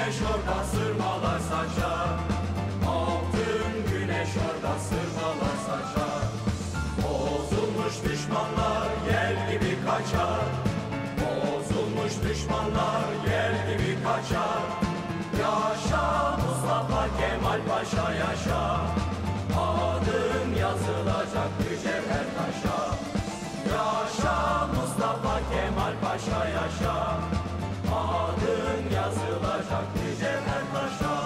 güneş orada sırmalar saçar. Altın güneş orada sırmalar saçar. Bozulmuş düşmanlar yel gibi kaçar. Bozulmuş düşmanlar yel gibi kaçar. Yaşa Mustafa Kemal Paşa yaşa. Adın yazılacak mücevher taşa. Yaşa Mustafa Kemal Paşa yaşa. Adın yazılacak mücevher taşa.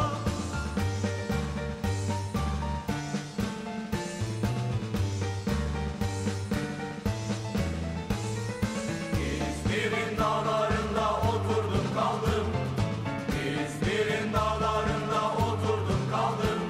İzmir'in dağlarında oturdum kaldım. İzmir'in dağlarında oturdum kaldım.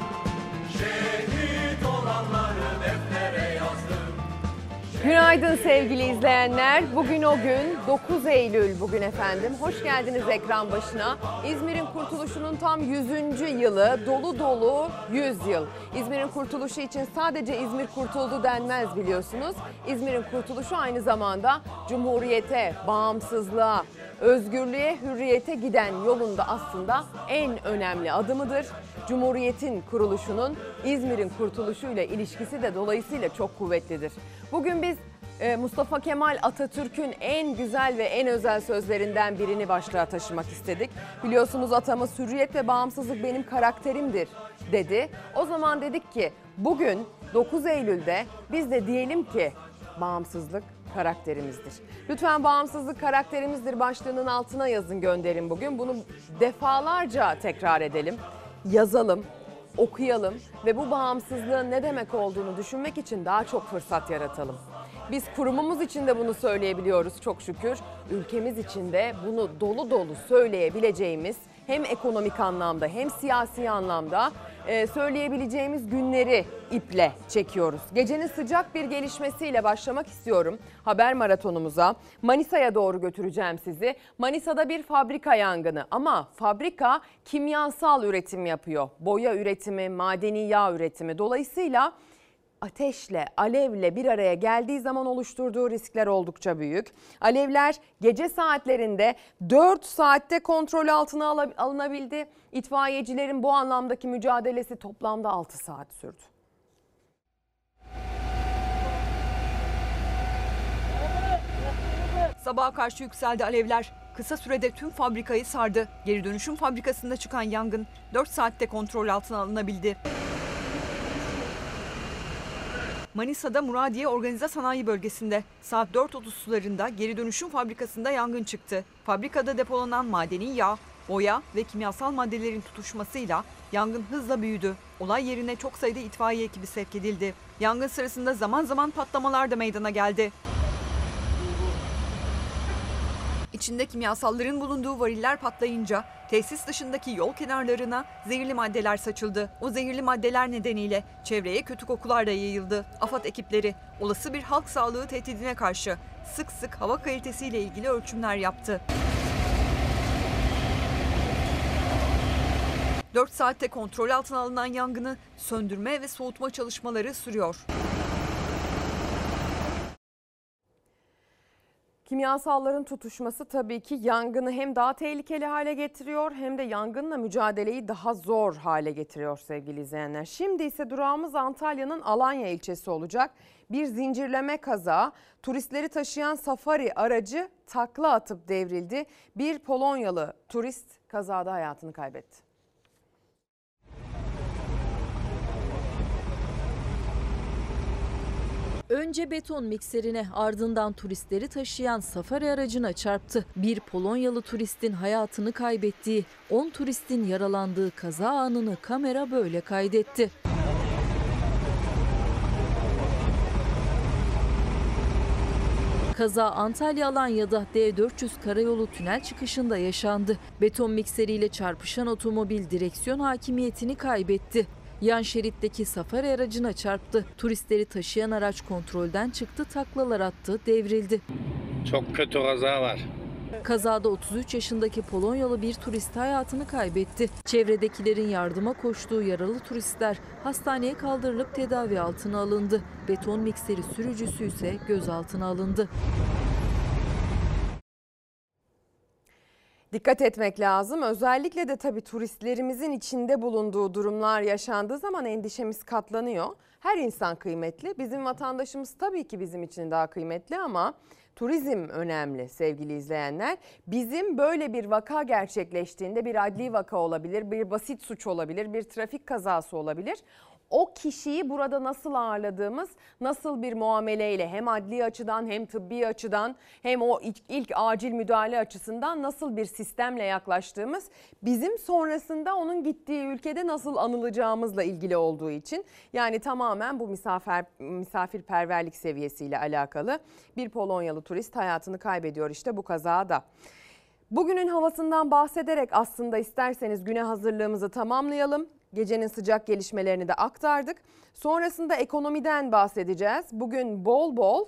Şehit olanları deftere yazdım. Günaydın sevgili izleyenler. Bugün o gün 9 Eylül bugün efendim. Hoş geldiniz ekran başına. İzmir'in kurtuluşunun tam 100. yılı, dolu dolu 100 yıl. İzmir'in kurtuluşu için sadece İzmir kurtuldu denmez biliyorsunuz. İzmir'in kurtuluşu aynı zamanda Cumhuriyete, bağımsızlığa, özgürlüğe, hürriyete giden yolunda aslında en önemli adımıdır. Cumhuriyetin kuruluşunun İzmir'in kurtuluşuyla ilişkisi de dolayısıyla çok kuvvetlidir. Bugün biz Mustafa Kemal Atatürk'ün en güzel ve en özel sözlerinden birini başlığa taşımak istedik. Biliyorsunuz atamız hürriyet ve bağımsızlık benim karakterimdir dedi. O zaman dedik ki bugün 9 Eylül'de biz de diyelim ki bağımsızlık karakterimizdir. Lütfen bağımsızlık karakterimizdir başlığının altına yazın, gönderin bugün. Bunu defalarca tekrar edelim, yazalım, okuyalım ve bu bağımsızlığın ne demek olduğunu düşünmek için daha çok fırsat yaratalım. Biz kurumumuz için de bunu söyleyebiliyoruz çok şükür. Ülkemiz için de bunu dolu dolu söyleyebileceğimiz hem ekonomik anlamda hem siyasi anlamda söyleyebileceğimiz günleri iple çekiyoruz. Gecenin sıcak bir gelişmesiyle başlamak istiyorum haber maratonumuza. Manisa'ya doğru götüreceğim sizi. Manisa'da bir fabrika yangını ama fabrika kimyasal üretim yapıyor. Boya üretimi, madeni yağ üretimi. Dolayısıyla ateşle, alevle bir araya geldiği zaman oluşturduğu riskler oldukça büyük. Alevler gece saatlerinde 4 saatte kontrol altına alınabildi. İtfaiyecilerin bu anlamdaki mücadelesi toplamda 6 saat sürdü. Sabaha karşı yükseldi alevler. Kısa sürede tüm fabrikayı sardı. Geri dönüşüm fabrikasında çıkan yangın 4 saatte kontrol altına alınabildi. Manisa'da Muradiye Organize Sanayi Bölgesi'nde saat 4.30 sularında geri dönüşüm fabrikasında yangın çıktı. Fabrikada depolanan madeni yağ, boya ve kimyasal maddelerin tutuşmasıyla yangın hızla büyüdü. Olay yerine çok sayıda itfaiye ekibi sevk edildi. Yangın sırasında zaman zaman patlamalar da meydana geldi. İçinde kimyasalların bulunduğu variller patlayınca tesis dışındaki yol kenarlarına zehirli maddeler saçıldı. O zehirli maddeler nedeniyle çevreye kötü kokular da yayıldı. AFAD ekipleri olası bir halk sağlığı tehdidine karşı sık sık hava kalitesiyle ilgili ölçümler yaptı. 4 saatte kontrol altına alınan yangını söndürme ve soğutma çalışmaları sürüyor. Kimyasalların tutuşması tabii ki yangını hem daha tehlikeli hale getiriyor hem de yangınla mücadeleyi daha zor hale getiriyor sevgili izleyenler. Şimdi ise durağımız Antalya'nın Alanya ilçesi olacak. Bir zincirleme kaza, turistleri taşıyan safari aracı takla atıp devrildi. Bir Polonyalı turist kazada hayatını kaybetti. Önce beton mikserine ardından turistleri taşıyan safari aracına çarptı. Bir Polonyalı turistin hayatını kaybettiği, 10 turistin yaralandığı kaza anını kamera böyle kaydetti. Kaza Antalya-Alanya'da D400 karayolu tünel çıkışında yaşandı. Beton mikseriyle çarpışan otomobil direksiyon hakimiyetini kaybetti. Yan şeritteki safari aracına çarptı. Turistleri taşıyan araç kontrolden çıktı, taklalar attı, devrildi. Çok kötü kaza var. Kazada 33 yaşındaki Polonyalı bir turist hayatını kaybetti. Çevredekilerin yardıma koştuğu yaralı turistler hastaneye kaldırılıp tedavi altına alındı. Beton mikseri sürücüsü ise gözaltına alındı. Dikkat etmek lazım. Özellikle de tabii turistlerimizin içinde bulunduğu durumlar yaşandığı zaman endişemiz katlanıyor. Her insan kıymetli. Bizim vatandaşımız tabii ki bizim için daha kıymetli ama turizm önemli sevgili izleyenler. Bizim böyle bir vaka gerçekleştiğinde bir adli vaka olabilir, bir basit suç olabilir, bir trafik kazası olabilir. O kişiyi burada nasıl ağırladığımız, nasıl bir muameleyle hem adli açıdan hem tıbbi açıdan hem o ilk acil müdahale açısından nasıl bir sistemle yaklaştığımız bizim sonrasında onun gittiği ülkede nasıl anılacağımızla ilgili olduğu için yani tamamen bu misafirperverlik seviyesiyle alakalı. Bir Polonyalı turist hayatını kaybediyor işte bu kazada. Bugünün havasından bahsederek aslında isterseniz güne hazırlığımızı tamamlayalım. Gecenin sıcak gelişmelerini de aktardık. Sonrasında ekonomiden bahsedeceğiz. Bugün bol bol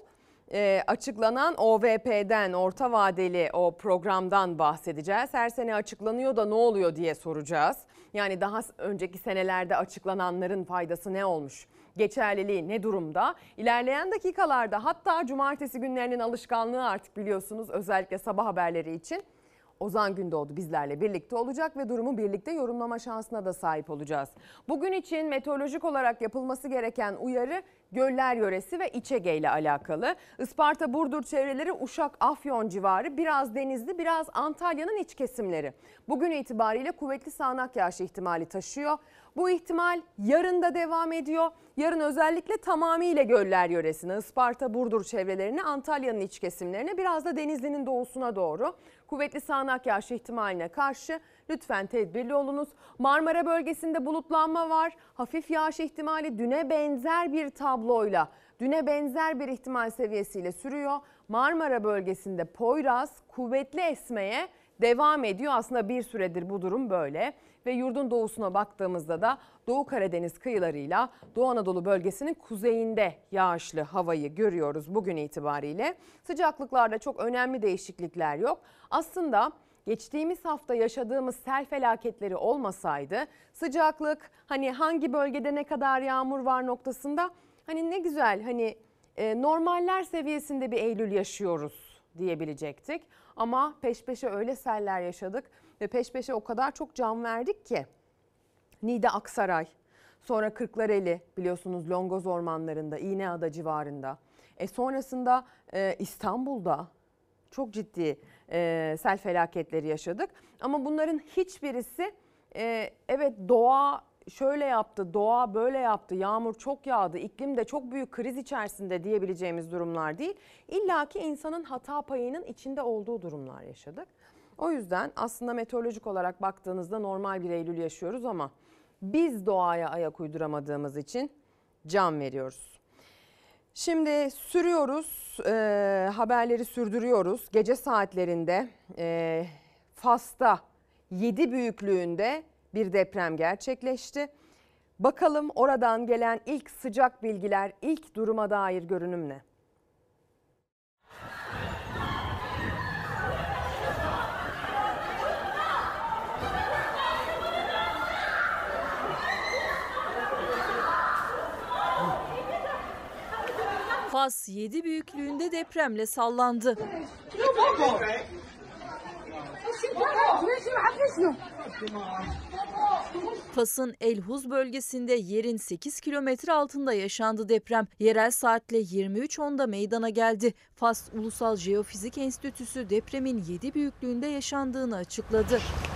açıklanan OVP'den, orta vadeli o programdan bahsedeceğiz. Her sene açıklanıyor da ne oluyor diye soracağız. Yani daha önceki senelerde açıklananların faydası ne olmuş? Geçerliliği ne durumda? İlerleyen dakikalarda hatta cumartesi günlerinin alışkanlığı artık biliyorsunuz özellikle sabah haberleri için. Ozan Gündoğdu bizlerle birlikte olacak ve durumu birlikte yorumlama şansına da sahip olacağız. Bugün için meteorolojik olarak yapılması gereken uyarı Göller Yöresi ve İç Ege ile alakalı. Isparta, Burdur çevreleri, Uşak, Afyon civarı, biraz Denizli, biraz Antalya'nın iç kesimleri. Bugün itibariyle kuvvetli sağanak yağış ihtimali taşıyor. Bu ihtimal yarın da devam ediyor. Yarın özellikle tamamıyla Göller Yöresi'ne, Isparta, Burdur çevrelerini, Antalya'nın iç kesimlerine, biraz da Denizli'nin doğusuna doğru kuvvetli sağanak yağış ihtimaline karşı lütfen tedbirli olunuz. Marmara bölgesinde bulutlanma var. Hafif yağış ihtimali düne benzer bir tabloyla, düne benzer bir ihtimal seviyesiyle sürüyor. Marmara bölgesinde Poyraz kuvvetli esmeye devam ediyor. Aslında bir süredir bu durum böyle. Ve yurdun doğusuna baktığımızda da Doğu Karadeniz kıyılarıyla Doğu Anadolu bölgesinin kuzeyinde yağışlı havayı görüyoruz bugün itibariyle. Sıcaklıklarda çok önemli değişiklikler yok. Aslında geçtiğimiz hafta yaşadığımız sel felaketleri olmasaydı sıcaklık hani hangi bölgede ne kadar yağmur var noktasında hani ne güzel hani normaller seviyesinde bir Eylül yaşıyoruz diyebilecektik. Ama peş peşe öyle seller yaşadık ve peş peşe o kadar çok can verdik ki Niğde, Aksaray, sonra Kırklareli biliyorsunuz Longoz ormanlarında, İğneada civarında. Sonrasında İstanbul'da çok ciddi sel felaketleri yaşadık. Ama bunların hiçbirisi evet doğa şöyle yaptı, doğa böyle yaptı, yağmur çok yağdı, iklim de çok büyük kriz içerisinde diyebileceğimiz durumlar değil. İlla ki insanın hata payının içinde olduğu durumlar yaşadık. O yüzden aslında meteorolojik olarak baktığınızda normal bir Eylül yaşıyoruz ama biz doğaya ayak uyduramadığımız için can veriyoruz. Şimdi sürüyoruz, haberleri sürdürüyoruz. Gece saatlerinde Fas'ta 7 büyüklüğünde bir deprem gerçekleşti. Bakalım oradan gelen ilk sıcak bilgiler, ilk duruma dair görünüm ne? Fas 7 büyüklüğünde depremle sallandı. Fas'ın Elhuz bölgesinde yerin 8 kilometre altında yaşandı deprem. Yerel saatle 23.10'da meydana geldi. Fas Ulusal Jeofizik Enstitüsü depremin 7 büyüklüğünde yaşandığını açıkladı.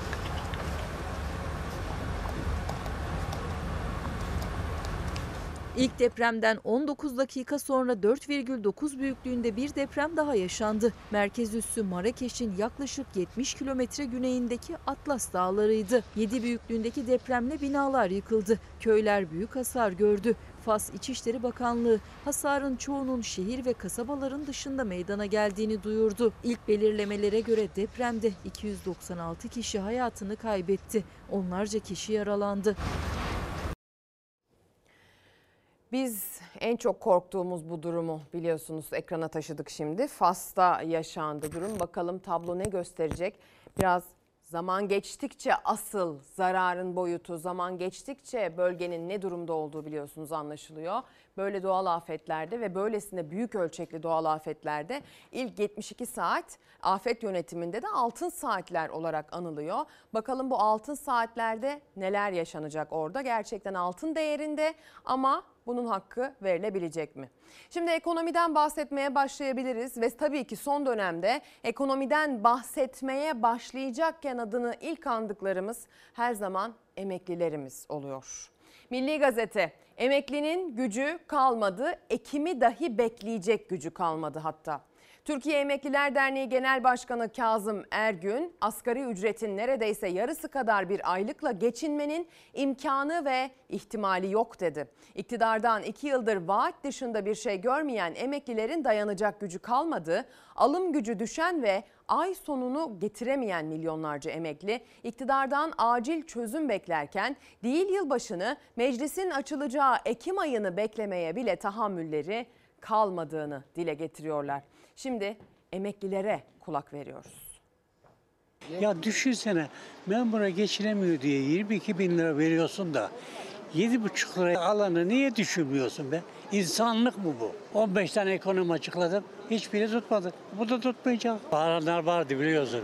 İlk depremden 19 dakika sonra 4,9 büyüklüğünde bir deprem daha yaşandı. Merkez üssü Marrakeş'in yaklaşık 70 kilometre güneyindeki Atlas Dağları'ydı. 7 büyüklüğündeki depremle binalar yıkıldı. Köyler büyük hasar gördü. Fas İçişleri Bakanlığı hasarın çoğunun şehir ve kasabaların dışında meydana geldiğini duyurdu. İlk belirlemelere göre depremde 296 kişi hayatını kaybetti. Onlarca kişi yaralandı. Biz en çok korktuğumuz bu durumu biliyorsunuz ekrana taşıdık şimdi. Fas'ta yaşandı durum. Bakalım tablo ne gösterecek? Biraz Zaman geçtikçe asıl zararın boyutu, zaman geçtikçe bölgenin ne durumda olduğu biliyorsunuz anlaşılıyor. Böyle doğal afetlerde ve böylesine büyük ölçekli doğal afetlerde ilk 72 saat afet yönetiminde de altın saatler olarak anılıyor. Bakalım bu altın saatlerde neler yaşanacak orada? Gerçekten altın değerinde ama bunun hakkı verilebilecek mi? Şimdi ekonomiden bahsetmeye başlayabiliriz ve tabii ki son dönemde ekonomiden bahsetmeye başlayacakken adını ilk andıklarımız her zaman emeklilerimiz oluyor. Milli Gazete, emeklinin gücü kalmadı, ekimi dahi bekleyecek gücü kalmadı hatta. Türkiye Emekliler Derneği Genel Başkanı Kazım Ergün, asgari ücretin neredeyse yarısı kadar bir aylıkla geçinmenin imkanı ve ihtimali yok dedi. İktidardan 2 yıldır vaat dışında bir şey görmeyen emeklilerin dayanacak gücü kalmadı, alım gücü düşen ve ay sonunu getiremeyen milyonlarca emekli iktidardan acil çözüm beklerken değil yılbaşını, meclisin açılacağı Ekim ayını beklemeye bile tahammülleri kalmadığını dile getiriyorlar. Şimdi emeklilere kulak veriyoruz. Ya düşünsene, memura geçinemiyor diye 22 bin lira veriyorsun da 7,5 liraya alanı niye düşünmüyorsun be? İnsanlık mı bu? 15 tane ekonomi açıkladım, hiçbiri tutmadı. Bu da tutmayacak. Bağıranlar vardı biliyorsun.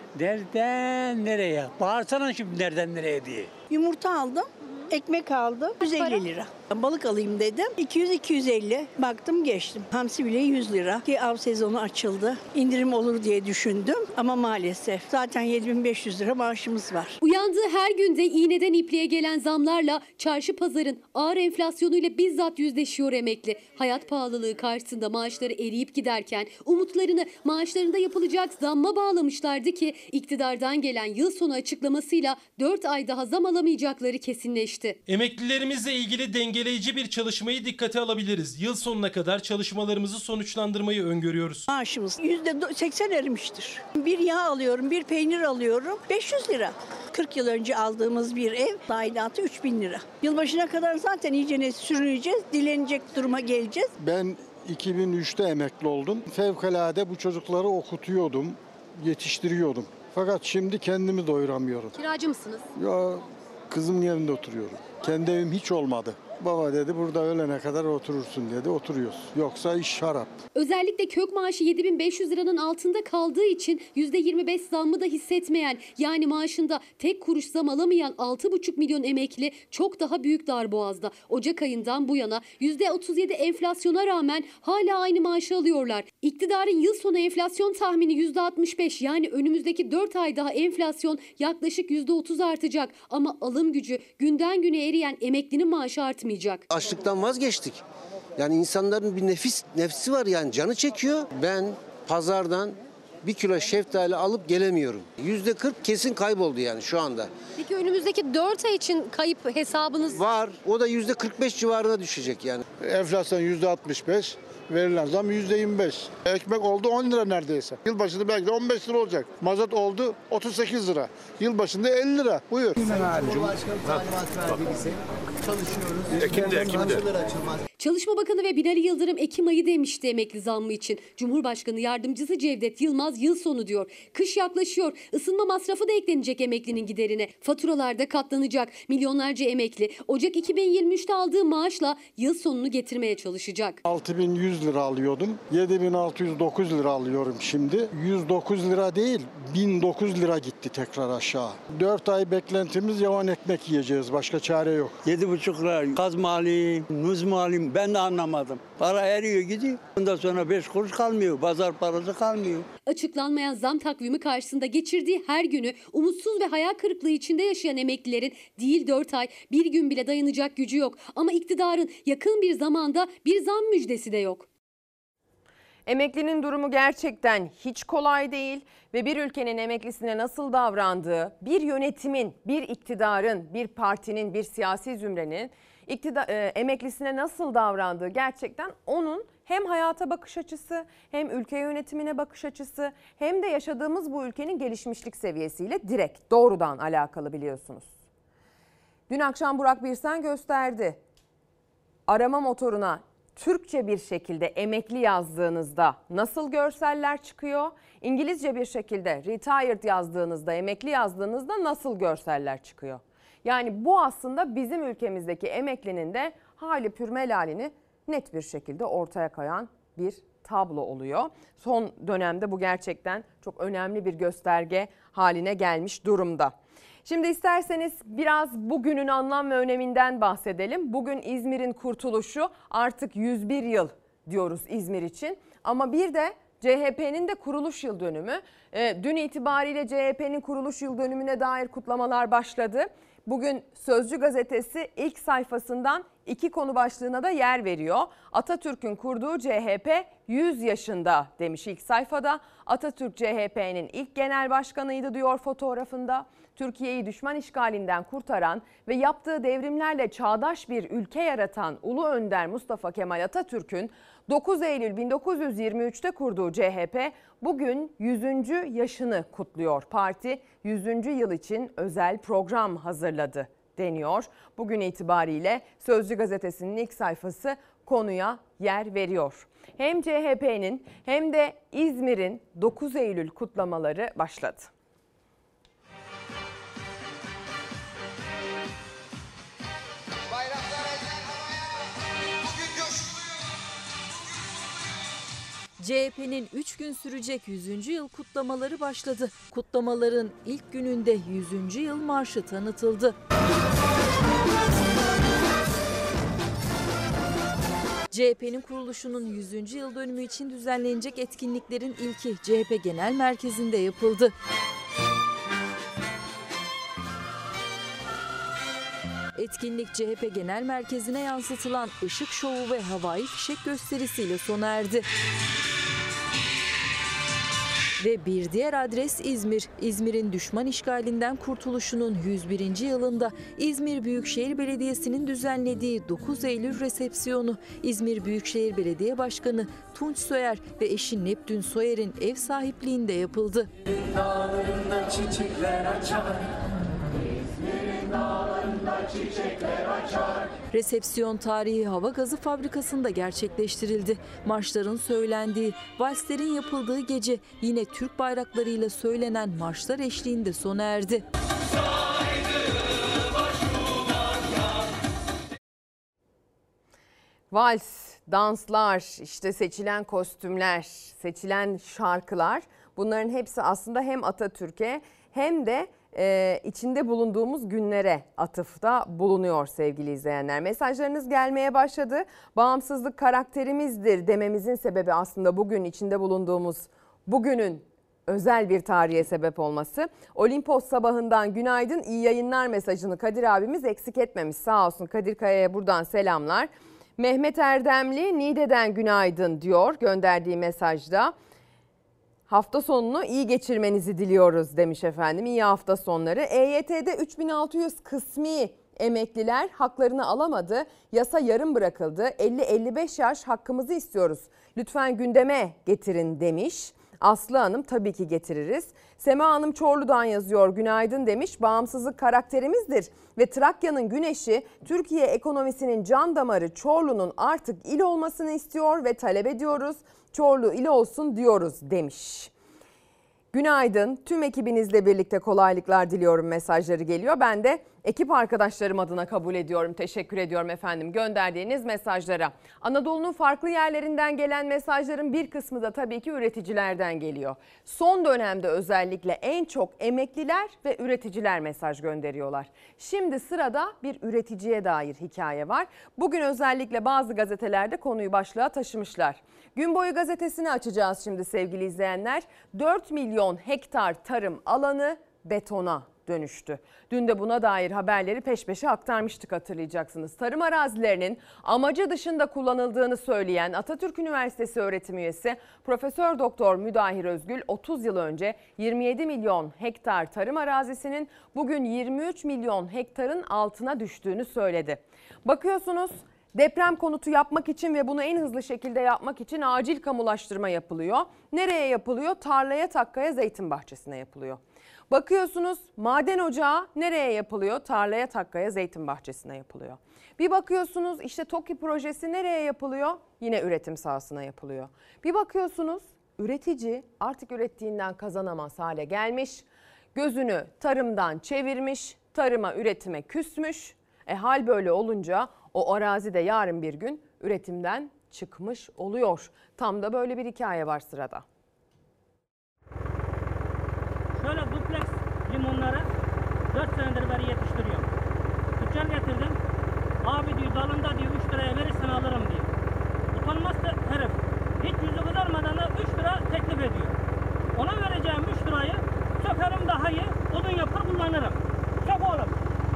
Nereden nereye? Bağırsana şimdi nereden nereye diye. Yumurta aldım, ekmek aldım. 150 lira. Balık alayım dedim. 200-250. Baktım geçtim. Hamsi bile 100 lira. Ki av sezonu açıldı. İndirim olur diye düşündüm. Ama maalesef. Zaten 7500 lira maaşımız var. Uyandığı her günde iğneden ipliğe gelen zamlarla çarşı pazarın ağır enflasyonuyla bizzat yüzleşiyor emekli. Hayat pahalılığı karşısında maaşları eriyip giderken umutlarını maaşlarında yapılacak zamma bağlamışlardı ki iktidardan gelen yıl sonu açıklamasıyla 4 ay daha zam alamayacakları kesinleşti. Emeklilerimizle ilgili dengeleyici bir çalışmayı dikkate alabiliriz. Yıl sonuna kadar çalışmalarımızı sonuçlandırmayı öngörüyoruz. Maaşımız %80 erimiştir. Bir yağ alıyorum, bir peynir alıyorum. 500 lira. 40 yıl önce aldığımız bir ev aidatı 3000 lira. Yılbaşına kadar zaten iyice sürüneceğiz, dilenecek duruma geleceğiz. Ben 2003'te emekli oldum. Fevkalade bu çocukları okutuyordum, yetiştiriyordum. Fakat şimdi kendimi doyuramıyorum. Kiracı mısınız? Ya kızımın yerinde oturuyorum. Kendi evim hiç olmadı. Baba dedi burada ölene kadar oturursun dedi, oturuyoruz. Yoksa iş şarap. Özellikle kök maaşı 7500 liranın altında kaldığı için %25 zammı da hissetmeyen, yani maaşında tek kuruş zam alamayan 6,5 milyon emekli çok daha büyük darboğazda. Ocak ayından bu yana %37 enflasyona rağmen hala aynı maaşı alıyorlar. İktidarın yıl sonu enflasyon tahmini %65, yani önümüzdeki 4 ay daha enflasyon yaklaşık %30 artacak. Ama alım gücü günden güne eriyen emeklinin maaşı artmayacak. Açlıktan vazgeçtik. Yani insanların bir nefsi var, yani canı çekiyor. Ben pazardan 1 kilo şeftali alıp gelemiyorum. %40 kesin kayboldu yani şu anda. Peki önümüzdeki 4 ay için kayıp hesabınız var? O da %45 civarına düşecek yani. Enflasyon %65, verilen zam %25. Ekmek oldu 10 lira neredeyse. Yılbaşında belki de 15 lira olacak. Mazot oldu 38 lira. Yılbaşında 50 lira. Buyur. Cumhurbaşkanı talimat verdi bize. Çalışıyoruz. Çalışma Bakanı ve Binali Yıldırım Ekim ayı demişti emekli zammı için. Cumhurbaşkanı Yardımcısı Cevdet Yılmaz yıl sonu diyor. Kış yaklaşıyor. Isınma masrafı da eklenecek emeklinin giderine. Faturalarda katlanacak. Milyonlarca emekli Ocak 2023'te aldığı maaşla yıl sonunu getirmeye çalışacak. 6100 lira alıyordum. 7609 lira alıyorum şimdi. 109 lira değil, 1009 lira gitti tekrar aşağı. 4 ay beklentimiz yavan ekmek yiyeceğiz. Başka çare yok. 7,5 lira gaz mı alayım, muz mu alayım ben de anlamadım. Para eriyor gidiyor. Ondan sonra 5 kuruş kalmıyor, pazar parası kalmıyor. Açıklanmayan zam takvimi karşısında geçirdiği her günü umutsuz ve hayal kırıklığı içinde yaşayan emeklilerin değil 4 ay, bir gün bile dayanacak gücü yok. Ama iktidarın yakın bir zamanda bir zam müjdesi de yok. Emeklinin durumu gerçekten hiç kolay değil ve bir ülkenin emeklisine nasıl davrandığı, bir yönetimin, bir iktidarın, bir partinin, bir siyasi zümrenin emeklisine nasıl davrandığı gerçekten onun hem hayata bakış açısı, hem ülke yönetimine bakış açısı, hem de yaşadığımız bu ülkenin gelişmişlik seviyesiyle direkt doğrudan alakalı biliyorsunuz. Dün akşam Burak Birsen gösterdi. Arama motoruna Türkçe bir şekilde emekli yazdığınızda nasıl görseller çıkıyor? İngilizce bir şekilde retired yazdığınızda, emekli yazdığınızda nasıl görseller çıkıyor? Yani bu aslında bizim ülkemizdeki emeklinin de hali pürmelalini net bir şekilde ortaya koyan bir tablo oluyor. Son dönemde bu gerçekten çok önemli bir gösterge haline gelmiş durumda. Şimdi isterseniz biraz bugünün anlam ve öneminden bahsedelim. Bugün İzmir'in kurtuluşu, artık 101 yıl diyoruz İzmir için. Ama bir de CHP'nin de kuruluş yıl dönümü. Dün itibariyle CHP'nin kuruluş yıl dönümüne dair kutlamalar başladı. Bugün Sözcü gazetesi ilk sayfasından 2 konu başlığına da yer veriyor. Atatürk'ün kurduğu CHP 100 yaşında demiş ilk sayfada. Atatürk CHP'nin ilk genel başkanıydı diyor fotoğrafında. Türkiye'yi düşman işgalinden kurtaran ve yaptığı devrimlerle çağdaş bir ülke yaratan Ulu Önder Mustafa Kemal Atatürk'ün 9 Eylül 1923'te kurduğu CHP bugün 100. yaşını kutluyor. Parti 100. yıl için özel program hazırladı deniyor. Bugün itibariyle Sözcü gazetesinin ilk sayfası konuya yer veriyor. Hem CHP'nin hem de İzmir'in 9 Eylül kutlamaları başladı. CHP'nin 3 gün sürecek 100. yıl kutlamaları başladı. Kutlamaların ilk gününde 100. yıl marşı tanıtıldı. CHP'nin kuruluşunun 100. yıl dönümü için düzenlenecek etkinliklerin ilki CHP Genel Merkezi'nde yapıldı. Etkinlik CHP Genel Merkezi'ne yansıtılan ışık şovu ve havai fişek gösterisiyle sona erdi. Ve bir diğer adres İzmir. İzmir'in düşman işgalinden kurtuluşunun 101. yılında İzmir Büyükşehir Belediyesi'nin düzenlediği 9 Eylül resepsiyonu İzmir Büyükşehir Belediye Başkanı Tunç Soyer ve eşi Neptün Soyer'in ev sahipliğinde yapıldı. Dağlarında çiçekler açar. Resepsiyon tarihi hava gazı fabrikasında gerçekleştirildi. Marşların söylendiği, valslerin yapıldığı gece yine Türk bayraklarıyla söylenen marşlar eşliğinde sona erdi. Vals, danslar, işte seçilen kostümler, seçilen şarkılar, bunların hepsi aslında hem Atatürk'e hem de içinde bulunduğumuz günlere atıfta bulunuyor sevgili izleyenler. Mesajlarınız gelmeye başladı. Bağımsızlık karakterimizdir dememizin sebebi aslında bugün içinde bulunduğumuz bugünün özel bir tarihe sebep olması. Olimpos sabahından günaydın, iyi yayınlar mesajını Kadir abimiz eksik etmemiş. Sağ olsun, Kadir Kaya'ya buradan selamlar. Mehmet Erdemli Niğde'den günaydın diyor gönderdiği mesajda. Hafta sonunu iyi geçirmenizi diliyoruz demiş efendim. İyi hafta sonları. EYT'de 3600 kısmi emekliler haklarını alamadı. Yasa yarım bırakıldı. 50-55 yaş hakkımızı istiyoruz. Lütfen gündeme getirin demiş. Aslı Hanım tabii ki getiririz. Sema Hanım Çorlu'dan yazıyor. Günaydın demiş. Bağımsızlık karakterimizdir ve Trakya'nın güneşi, Türkiye ekonomisinin can damarı Çorlu'nun artık il olmasını istiyor ve talep ediyoruz. Çorlu il olsun diyoruz demiş. Günaydın, tüm ekibinizle birlikte kolaylıklar diliyorum mesajları geliyor. Ben de ekip arkadaşlarım adına kabul ediyorum, teşekkür ediyorum efendim gönderdiğiniz mesajlara. Anadolu'nun farklı yerlerinden gelen mesajların bir kısmı da tabii ki üreticilerden geliyor. Son dönemde özellikle en çok emekliler ve üreticiler mesaj gönderiyorlar. Şimdi sırada bir üreticiye dair hikaye var. Bugün özellikle bazı gazetelerde konuyu başlığa taşımışlar. Gün boyu gazetesini açacağız şimdi sevgili izleyenler. 4 milyon hektar tarım alanı betona dönüştü. Dün de buna dair haberleri peş peşe aktarmıştık hatırlayacaksınız. Tarım arazilerinin amacı dışında kullanıldığını söyleyen Atatürk Üniversitesi öğretim üyesi Profesör Doktor Müdahir Özgül 30 yıl önce 27 milyon hektar tarım arazisinin bugün 23 milyon hektarın altına düştüğünü söyledi. Bakıyorsunuz, deprem konutu yapmak için ve bunu en hızlı şekilde yapmak için acil kamulaştırma yapılıyor. Nereye yapılıyor? Tarlaya, takkaya, zeytin bahçesine yapılıyor. Bakıyorsunuz maden ocağı nereye yapılıyor? Tarlaya takkaya zeytin bahçesine yapılıyor. Bir bakıyorsunuz işte TOKİ projesi nereye yapılıyor? Yine üretim sahasına yapılıyor. Bir bakıyorsunuz üretici artık ürettiğinden kazanamaz hale gelmiş. Gözünü tarımdan çevirmiş, tarıma üretime küsmüş. Hal böyle olunca o arazi de yarın bir gün üretimden çıkmış oluyor. Tam da böyle bir hikaye var sırada. Şöyle dupleks limonları 4 senedir beri yetiştiriyorum. Tüccar getirdim. Abi diyor dalında diyor 3 liraya verirsen alırım diyor. Utanmaz da herif. Hiç yüzü kızarmadan da 3 lira teklif ediyor. Ona vereceğim 3 lirayı sökerim daha iyi, odun yapar kullanırım. Sök oğlum.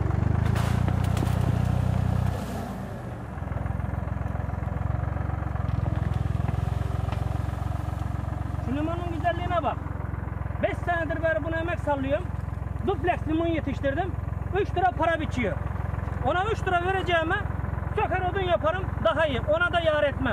Şu limonun güzelliğine bak. 5 senedir beri buna emek sallıyorum. Dupleks limon yetiştirdim. 3 lira para biçiyor. Ona 3 lira vereceğime söker odun yaparım daha iyi. Ona da yar etmem.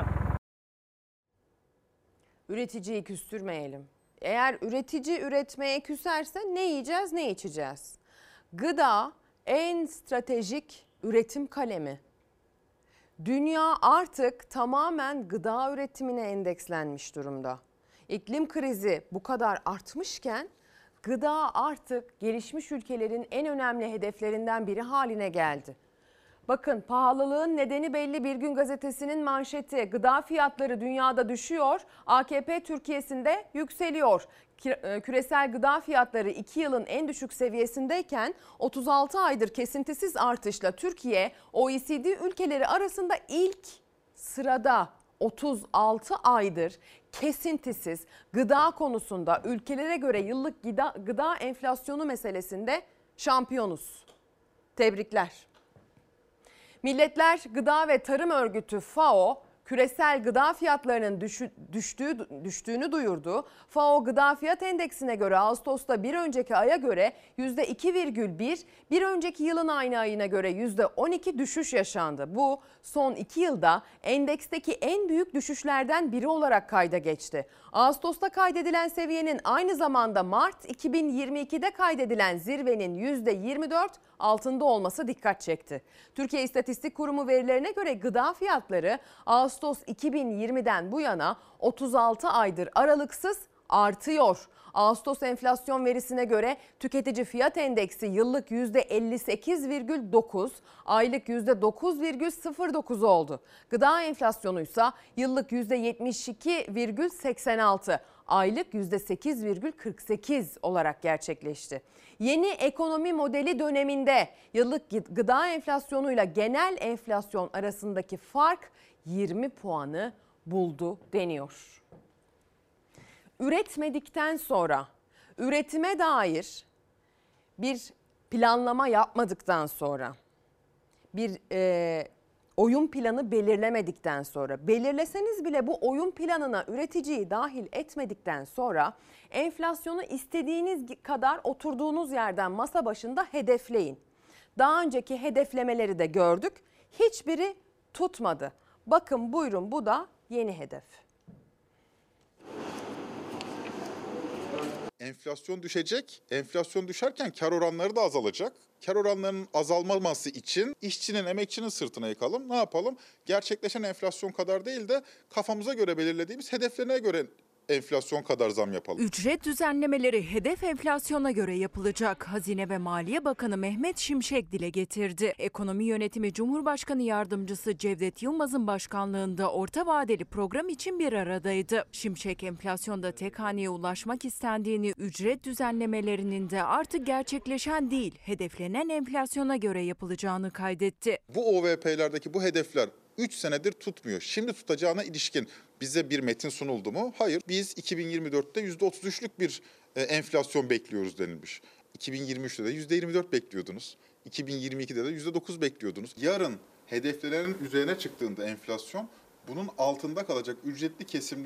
Üreticiyi küstürmeyelim. Eğer üretici üretmeye küserse ne yiyeceğiz, ne içeceğiz? Gıda en stratejik üretim kalemi. Dünya artık tamamen gıda üretimine endekslenmiş durumda. İklim krizi bu kadar artmışken gıda artık gelişmiş ülkelerin en önemli hedeflerinden biri haline geldi. Bakın pahalılığın nedeni belli. Bir Gün Gazetesi'nin manşeti: gıda fiyatları dünyada düşüyor, AKP Türkiye'sinde yükseliyor. Küresel gıda fiyatları 2 yılın en düşük seviyesindeyken 36 aydır kesintisiz artışla Türkiye OECD ülkeleri arasında ilk sırada. 36 aydır kesintisiz gıda konusunda ülkelere göre yıllık gıda enflasyonu meselesinde şampiyonuz. Tebrikler. Milletler Gıda ve Tarım Örgütü FAO küresel gıda fiyatlarının düştüğünü duyurdu. FAO Gıda Fiyat Endeksine göre Ağustos'ta bir önceki aya göre %2,1, bir önceki yılın aynı ayına göre %12 düşüş yaşandı. Bu son 2 yılda endeksteki en büyük düşüşlerden biri olarak kayda geçti. Ağustos'ta kaydedilen seviyenin aynı zamanda Mart 2022'de kaydedilen zirvenin %24 altında olması dikkat çekti. Türkiye İstatistik Kurumu verilerine göre gıda fiyatları Ağustos 2020'den bu yana 36 aydır aralıksız artıyor. Ağustos enflasyon verisine göre tüketici fiyat endeksi yıllık %58,9, aylık %9,09 oldu. Gıda enflasyonu ise yıllık %72,86, aylık %8,48 olarak gerçekleşti. Yeni ekonomi modeli döneminde yıllık gıda enflasyonuyla genel enflasyon arasındaki fark 20 puanı buldu deniyor. Üretmedikten sonra, üretime dair bir planlama yapmadıktan sonra, bir oyun planı belirlemedikten sonra, belirleseniz bile bu oyun planına üreticiyi dahil etmedikten sonra enflasyonu istediğiniz kadar oturduğunuz yerden masa başında hedefleyin. Daha önceki hedeflemeleri de gördük. Hiçbiri tutmadı. Bakın buyurun, bu da yeni hedef. Enflasyon düşecek. Enflasyon düşerken kar oranları da azalacak. Kar oranlarının azalmaması için işçinin, emekçinin sırtına yıkalım. Ne yapalım? Gerçekleşen enflasyon kadar değil de kafamıza göre belirlediğimiz hedeflerine göre enflasyon kadar zam yapalım. Ücret düzenlemeleri hedef enflasyona göre yapılacak. Hazine ve Maliye Bakanı Mehmet Şimşek dile getirdi. Ekonomi Yönetimi Cumhurbaşkanı Yardımcısı Cevdet Yılmaz'ın başkanlığında orta vadeli program için bir aradaydı. Şimşek enflasyonda tek haneye ulaşmak istendiğini, ücret düzenlemelerinin de artık gerçekleşen değil, hedeflenen enflasyona göre yapılacağını kaydetti. Bu OVP'lerdeki bu hedefler 3 senedir tutmuyor. Şimdi tutacağına ilişkin bize bir metin sunuldu mu? Hayır. Biz 2024'te %33'lük bir enflasyon bekliyoruz denilmiş. 2023'te de %24 bekliyordunuz. 2022'de de %9 bekliyordunuz. Yarın hedeflerin üzerine çıktığında enflasyon, bunun altında kalacak ücretli kesimlerin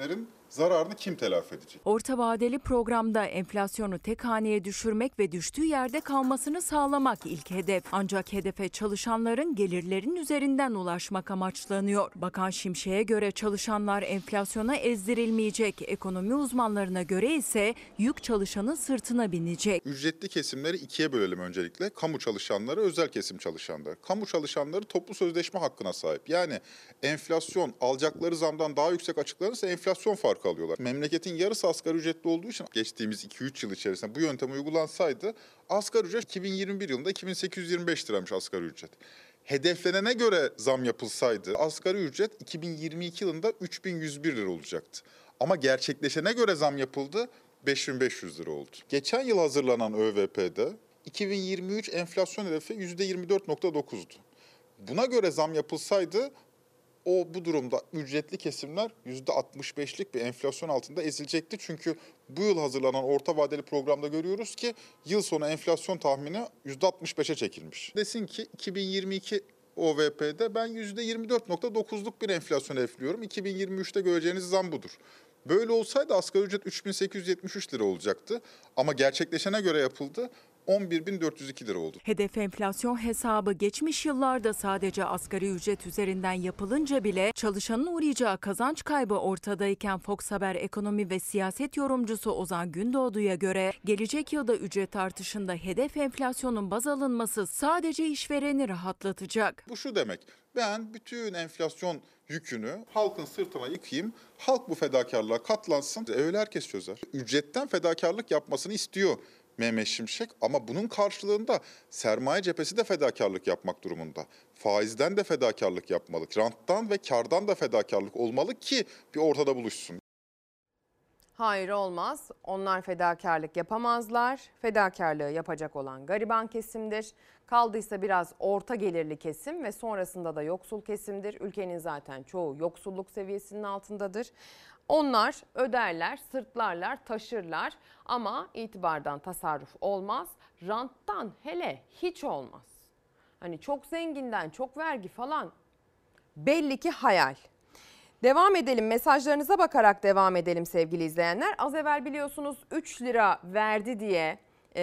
zararını kim telafi edecek? Orta vadeli programda enflasyonu tek haneye düşürmek ve düştüğü yerde kalmasını sağlamak ilk hedef. Ancak hedefe çalışanların gelirlerin üzerinden ulaşmak amaçlanıyor. Bakan Şimşek'e göre çalışanlar enflasyona ezdirilmeyecek. Ekonomi uzmanlarına göre ise yük çalışanın sırtına binecek. Ücretli kesimleri ikiye bölelim öncelikle. Kamu çalışanları, özel kesim çalışanları. Kamu çalışanları toplu sözleşme hakkına sahip. Yani enflasyon alacakları zamdan daha yüksek açıklanırsa enflasyon farkı alıyorlar. Memleketin yarısı asgari ücretli olduğu için geçtiğimiz 2-3 yıl içerisinde bu yöntem uygulansaydı asgari ücret 2021 yılında 2825 liraymış asgari ücret. Hedeflenene göre zam yapılsaydı asgari ücret 2022 yılında 3101 lira olacaktı. Ama gerçekleşene göre zam yapıldı, 5500 lira oldu. Geçen yıl hazırlanan ÖVP'de 2023 enflasyon hedefi %24.9'du. Buna göre zam yapılsaydı bu durumda ücretli kesimler %65'lik bir enflasyon altında ezilecekti. Çünkü bu yıl hazırlanan orta vadeli programda görüyoruz ki yıl sonu enflasyon tahmini %65'e çekilmiş. Desin ki 2022 OVP'de ben %24.9'luk bir enflasyon hedefliyorum. 2023'te göreceğiniz zam budur. Böyle olsaydı asgari ücret 3873 lira olacaktı ama gerçekleşene göre yapıldı. 11.402 lira oldu. Hedef enflasyon hesabı geçmiş yıllarda sadece asgari ücret üzerinden yapılınca bile çalışanın uğrayacağı kazanç kaybı ortadayken Fox Haber ekonomi ve siyaset yorumcusu Ozan Gündoğdu'ya göre gelecek yılda ücret artışında hedef enflasyonun baz alınması sadece işvereni rahatlatacak. Bu şu demek, ben bütün enflasyon yükünü halkın sırtına yıkayım, halk bu fedakarlığa katlansın, öyle herkes çözer. Ücretten fedakarlık yapmasını istiyor Mehmet Şimşek ama bunun karşılığında sermaye cephesi de fedakarlık yapmak durumunda. Faizden de fedakarlık yapmalı, ranttan ve kardan da fedakarlık olmalı ki bir ortada buluşsun. Hayır, olmaz. Onlar fedakarlık yapamazlar. Fedakarlığı yapacak olan gariban kesimdir. Kaldıysa biraz orta gelirli kesim ve sonrasında da yoksul kesimdir. Ülkenin zaten çoğu yoksulluk seviyesinin altındadır. Onlar öderler, sırtlarlar, taşırlar ama itibardan tasarruf olmaz. Ranttan hele hiç olmaz. Hani çok zenginden çok vergi falan belli ki hayal. Devam edelim, mesajlarınıza bakarak devam edelim sevgili izleyenler. Az evvel biliyorsunuz 3 lira verdi diye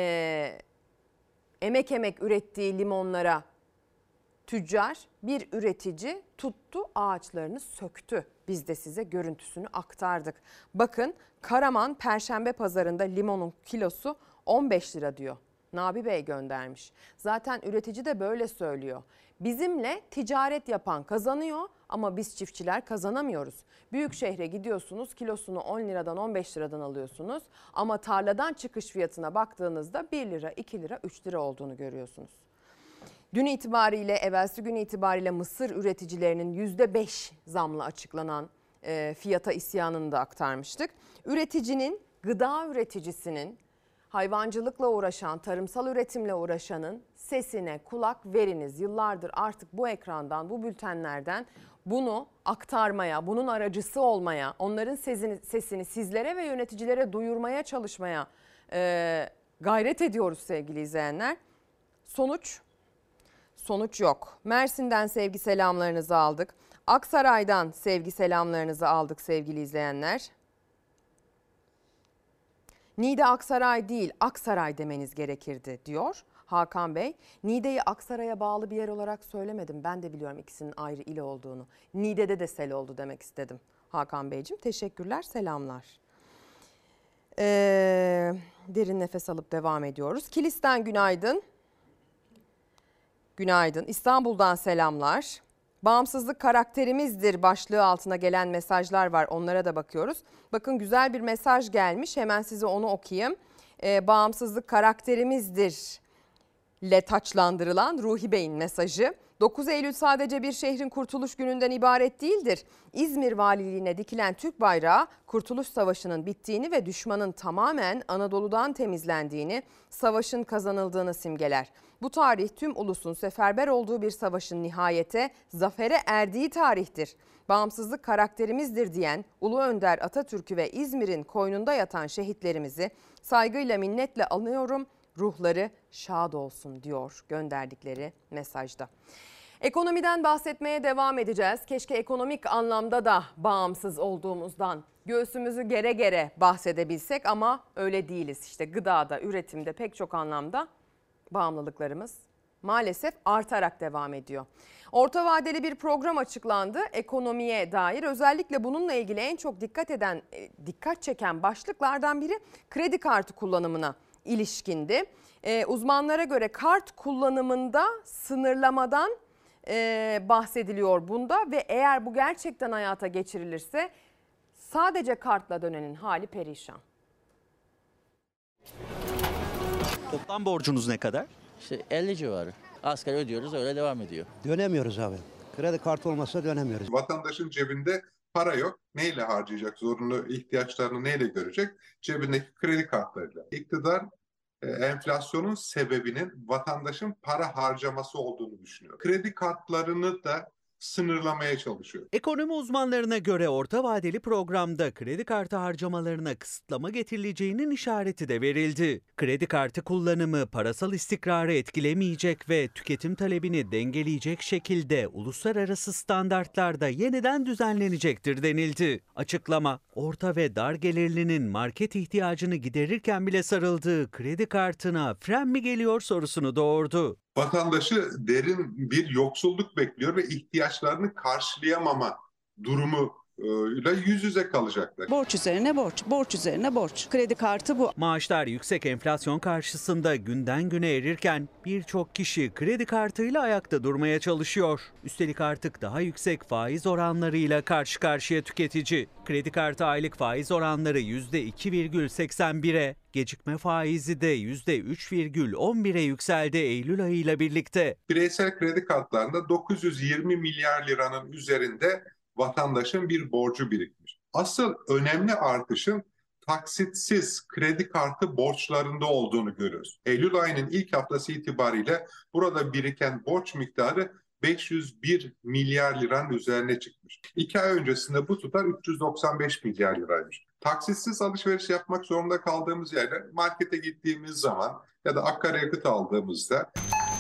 emek ürettiği limonlara tüccar bir üretici tuttu, ağaçlarını söktü. Biz de size görüntüsünü aktardık. Bakın, Karaman Perşembe Pazarı'nda limonun kilosu 15 lira diyor. Nabi Bey göndermiş. Zaten üretici de böyle söylüyor. Bizimle ticaret yapan kazanıyor ama biz çiftçiler kazanamıyoruz. Büyük şehre gidiyorsunuz, kilosunu 10 liradan 15 liradan alıyorsunuz ama tarladan çıkış fiyatına baktığınızda 1 lira, 2 lira, 3 lira olduğunu görüyorsunuz. Dün itibariyle, evvelsi gün itibariyle mısır üreticilerinin %5 zamla açıklanan fiyata isyanını da aktarmıştık. Üreticinin, gıda üreticisinin, hayvancılıkla uğraşan, tarımsal üretimle uğraşanın sesine kulak veriniz. Yıllardır artık bu ekrandan, bu bültenlerden bunu aktarmaya, bunun aracısı olmaya, onların sesini sizlere ve yöneticilere duyurmaya çalışmaya gayret ediyoruz sevgili izleyenler. Sonuç yok. Mersin'den sevgi selamlarınızı aldık. Aksaray'dan sevgi selamlarınızı aldık sevgili izleyenler. Niğde Aksaray değil, Aksaray demeniz gerekirdi diyor Hakan Bey. Niğde'yi Aksaray'a bağlı bir yer olarak söylemedim. Ben de biliyorum ikisinin ayrı il olduğunu. Niğde'de de sel oldu demek istedim Hakan Beyciğim. Teşekkürler, selamlar. Derin nefes alıp devam ediyoruz. Kilis'ten günaydın. Günaydın. İstanbul'dan selamlar. Bağımsızlık karakterimizdir başlığı altına gelen mesajlar var. Onlara da bakıyoruz. Bakın, güzel bir mesaj gelmiş. Hemen size onu okuyayım. Bağımsızlık karakterimizdir ile taçlandırılan Ruhi Bey'in mesajı. 9 Eylül sadece bir şehrin kurtuluş gününden ibaret değildir. İzmir Valiliğine dikilen Türk bayrağı Kurtuluş Savaşı'nın bittiğini ve düşmanın tamamen Anadolu'dan temizlendiğini, savaşın kazanıldığını simgeler. Bu tarih tüm ulusun seferber olduğu bir savaşın nihayete, zafere erdiği tarihtir. Bağımsızlık karakterimizdir diyen Ulu Önder Atatürk'ü ve İzmir'in koynunda yatan şehitlerimizi saygıyla, minnetle anıyorum. Ruhları şad olsun diyor gönderdikleri mesajda. Ekonomiden bahsetmeye devam edeceğiz. Keşke ekonomik anlamda da bağımsız olduğumuzdan göğsümüzü gere gere bahsedebilsek ama öyle değiliz. İşte gıdada, üretimde pek çok anlamda bağımlılıklarımız maalesef artarak devam ediyor. Orta vadeli bir program açıklandı ekonomiye dair. Özellikle bununla ilgili en çok dikkat çeken başlıklardan biri kredi kartı kullanımına ilişkindi. Uzmanlara göre kart kullanımında sınırlamadan bahsediliyor bunda ve eğer bu gerçekten hayata geçirilirse sadece kartla dönenin hali perişan. Toplam borcunuz ne kadar? İşte 50 civarı. Asgari ödüyoruz, öyle devam ediyor. Dönemiyoruz abi. Kredi kartı olmazsa dönemiyoruz. Vatandaşın cebinde para yok. Neyle harcayacak? Zorunlu ihtiyaçlarını neyle görecek? Cebindeki kredi kartlarıyla. İktidar enflasyonun sebebinin vatandaşın para harcaması olduğunu düşünüyor. Kredi kartlarını da sınırlamaya çalışıyor. Ekonomi uzmanlarına göre orta vadeli programda kredi kartı harcamalarına kısıtlama getirileceğinin işareti de verildi. Kredi kartı kullanımı parasal istikrarı etkilemeyecek ve tüketim talebini dengeleyecek şekilde uluslararası standartlarda yeniden düzenlenecektir denildi. Açıklama, orta ve dar gelirlinin market ihtiyacını giderirken bile sarıldığı kredi kartına fren mi geliyor sorusunu doğurdu. Vatandaşı derin bir yoksulluk bekliyor ve ihtiyaçlarını karşılayamama durumuyla yüz yüze kalacaklar. Borç üzerine borç, borç üzerine borç. Kredi kartı bu. Maaşlar yüksek enflasyon karşısında günden güne erirken birçok kişi kredi kartıyla ayakta durmaya çalışıyor. Üstelik artık daha yüksek faiz oranlarıyla karşı karşıya tüketici. Kredi kartı aylık faiz oranları %2,81'e, gecikme faizi de %3,11'e yükseldi Eylül ayıyla birlikte. Bireysel kredi kartlarında 920 milyar liranın üzerinde vatandaşın bir borcu birikmiş. Asıl önemli artışın taksitsiz kredi kartı borçlarında olduğunu görüyoruz. Eylül ayının ilk haftası itibariyle burada biriken borç miktarı 501 milyar liranın üzerine çıkmış. 2 ay öncesinde bu tutar 395 milyar liraymış. Taksitsiz alışveriş yapmak zorunda kaldığımız yerde markete gittiğimiz zaman ya da akaryakıt aldığımızda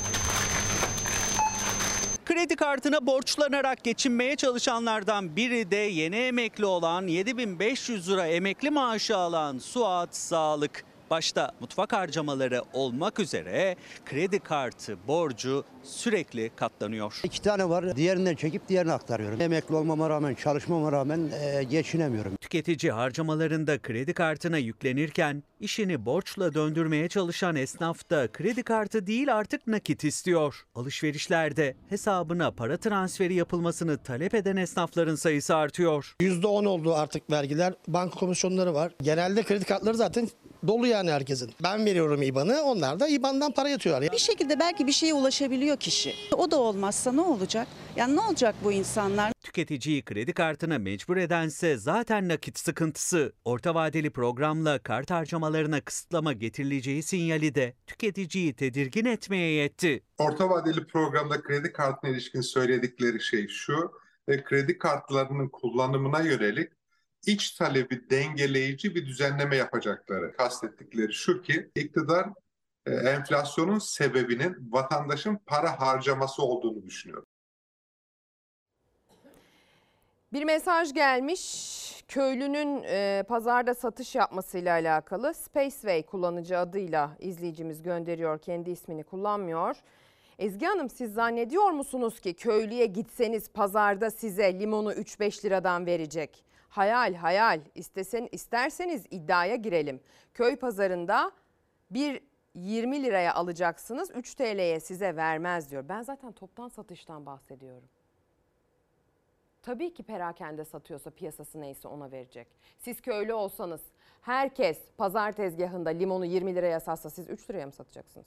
Kredi kartına borçlanarak geçinmeye çalışanlardan biri de yeni emekli olan 7.500 lira emekli maaşı alan Suat Sağlık. Başta mutfak harcamaları olmak üzere kredi kartı borcu sürekli katlanıyor. 2 tane var. Diğerinden çekip diğerine aktarıyorum. Emekli olmama rağmen, çalışmama rağmen geçinemiyorum. Tüketici harcamalarında kredi kartına yüklenirken işini borçla döndürmeye çalışan esnaf da kredi kartı değil artık nakit istiyor. Alışverişlerde hesabına para transferi yapılmasını talep eden esnafların sayısı artıyor. %10 oldu artık vergiler. Banka komisyonları var. Genelde kredi kartları zaten dolu yani herkesin. Ben veriyorum IBAN'ı, onlar da IBAN'dan para yatıyorlar. Bir şekilde belki bir şeye ulaşabiliyor kişi. O da olmazsa ne olacak? Yani ne olacak bu insanlar? Tüketiciyi kredi kartına mecbur edense zaten nakit sıkıntısı. Orta vadeli programla kart harcamalarına kısıtlama getirileceği sinyali de tüketiciyi tedirgin etmeye yetti. orta vadeli programda kredi kartına ilişkin söyledikleri şey şu: kredi kartlarının kullanımına yönelik iç talebi dengeleyici bir düzenleme yapacakları. Kastettikleri şu ki iktidar enflasyonun sebebinin vatandaşın para harcaması olduğunu düşünüyor. Bir mesaj gelmiş. Köylünün pazarda satış yapmasıyla alakalı. Spaceway kullanıcı adıyla izleyicimiz gönderiyor. Kendi ismini kullanmıyor. Ezgi Hanım, siz zannediyor musunuz ki köylüye gitseniz pazarda size limonu 3-5 liradan verecek? Hayal hayal. İsterseniz iddiaya girelim. Köy pazarında bir 20 liraya alacaksınız, 3 TL'ye size vermez diyor. Ben zaten toptan satıştan bahsediyorum. Tabii ki perakende satıyorsa piyasası neyse ona verecek. Siz köylü olsanız herkes pazar tezgahında limonu 20 liraya satsa siz 3 liraya mı satacaksınız?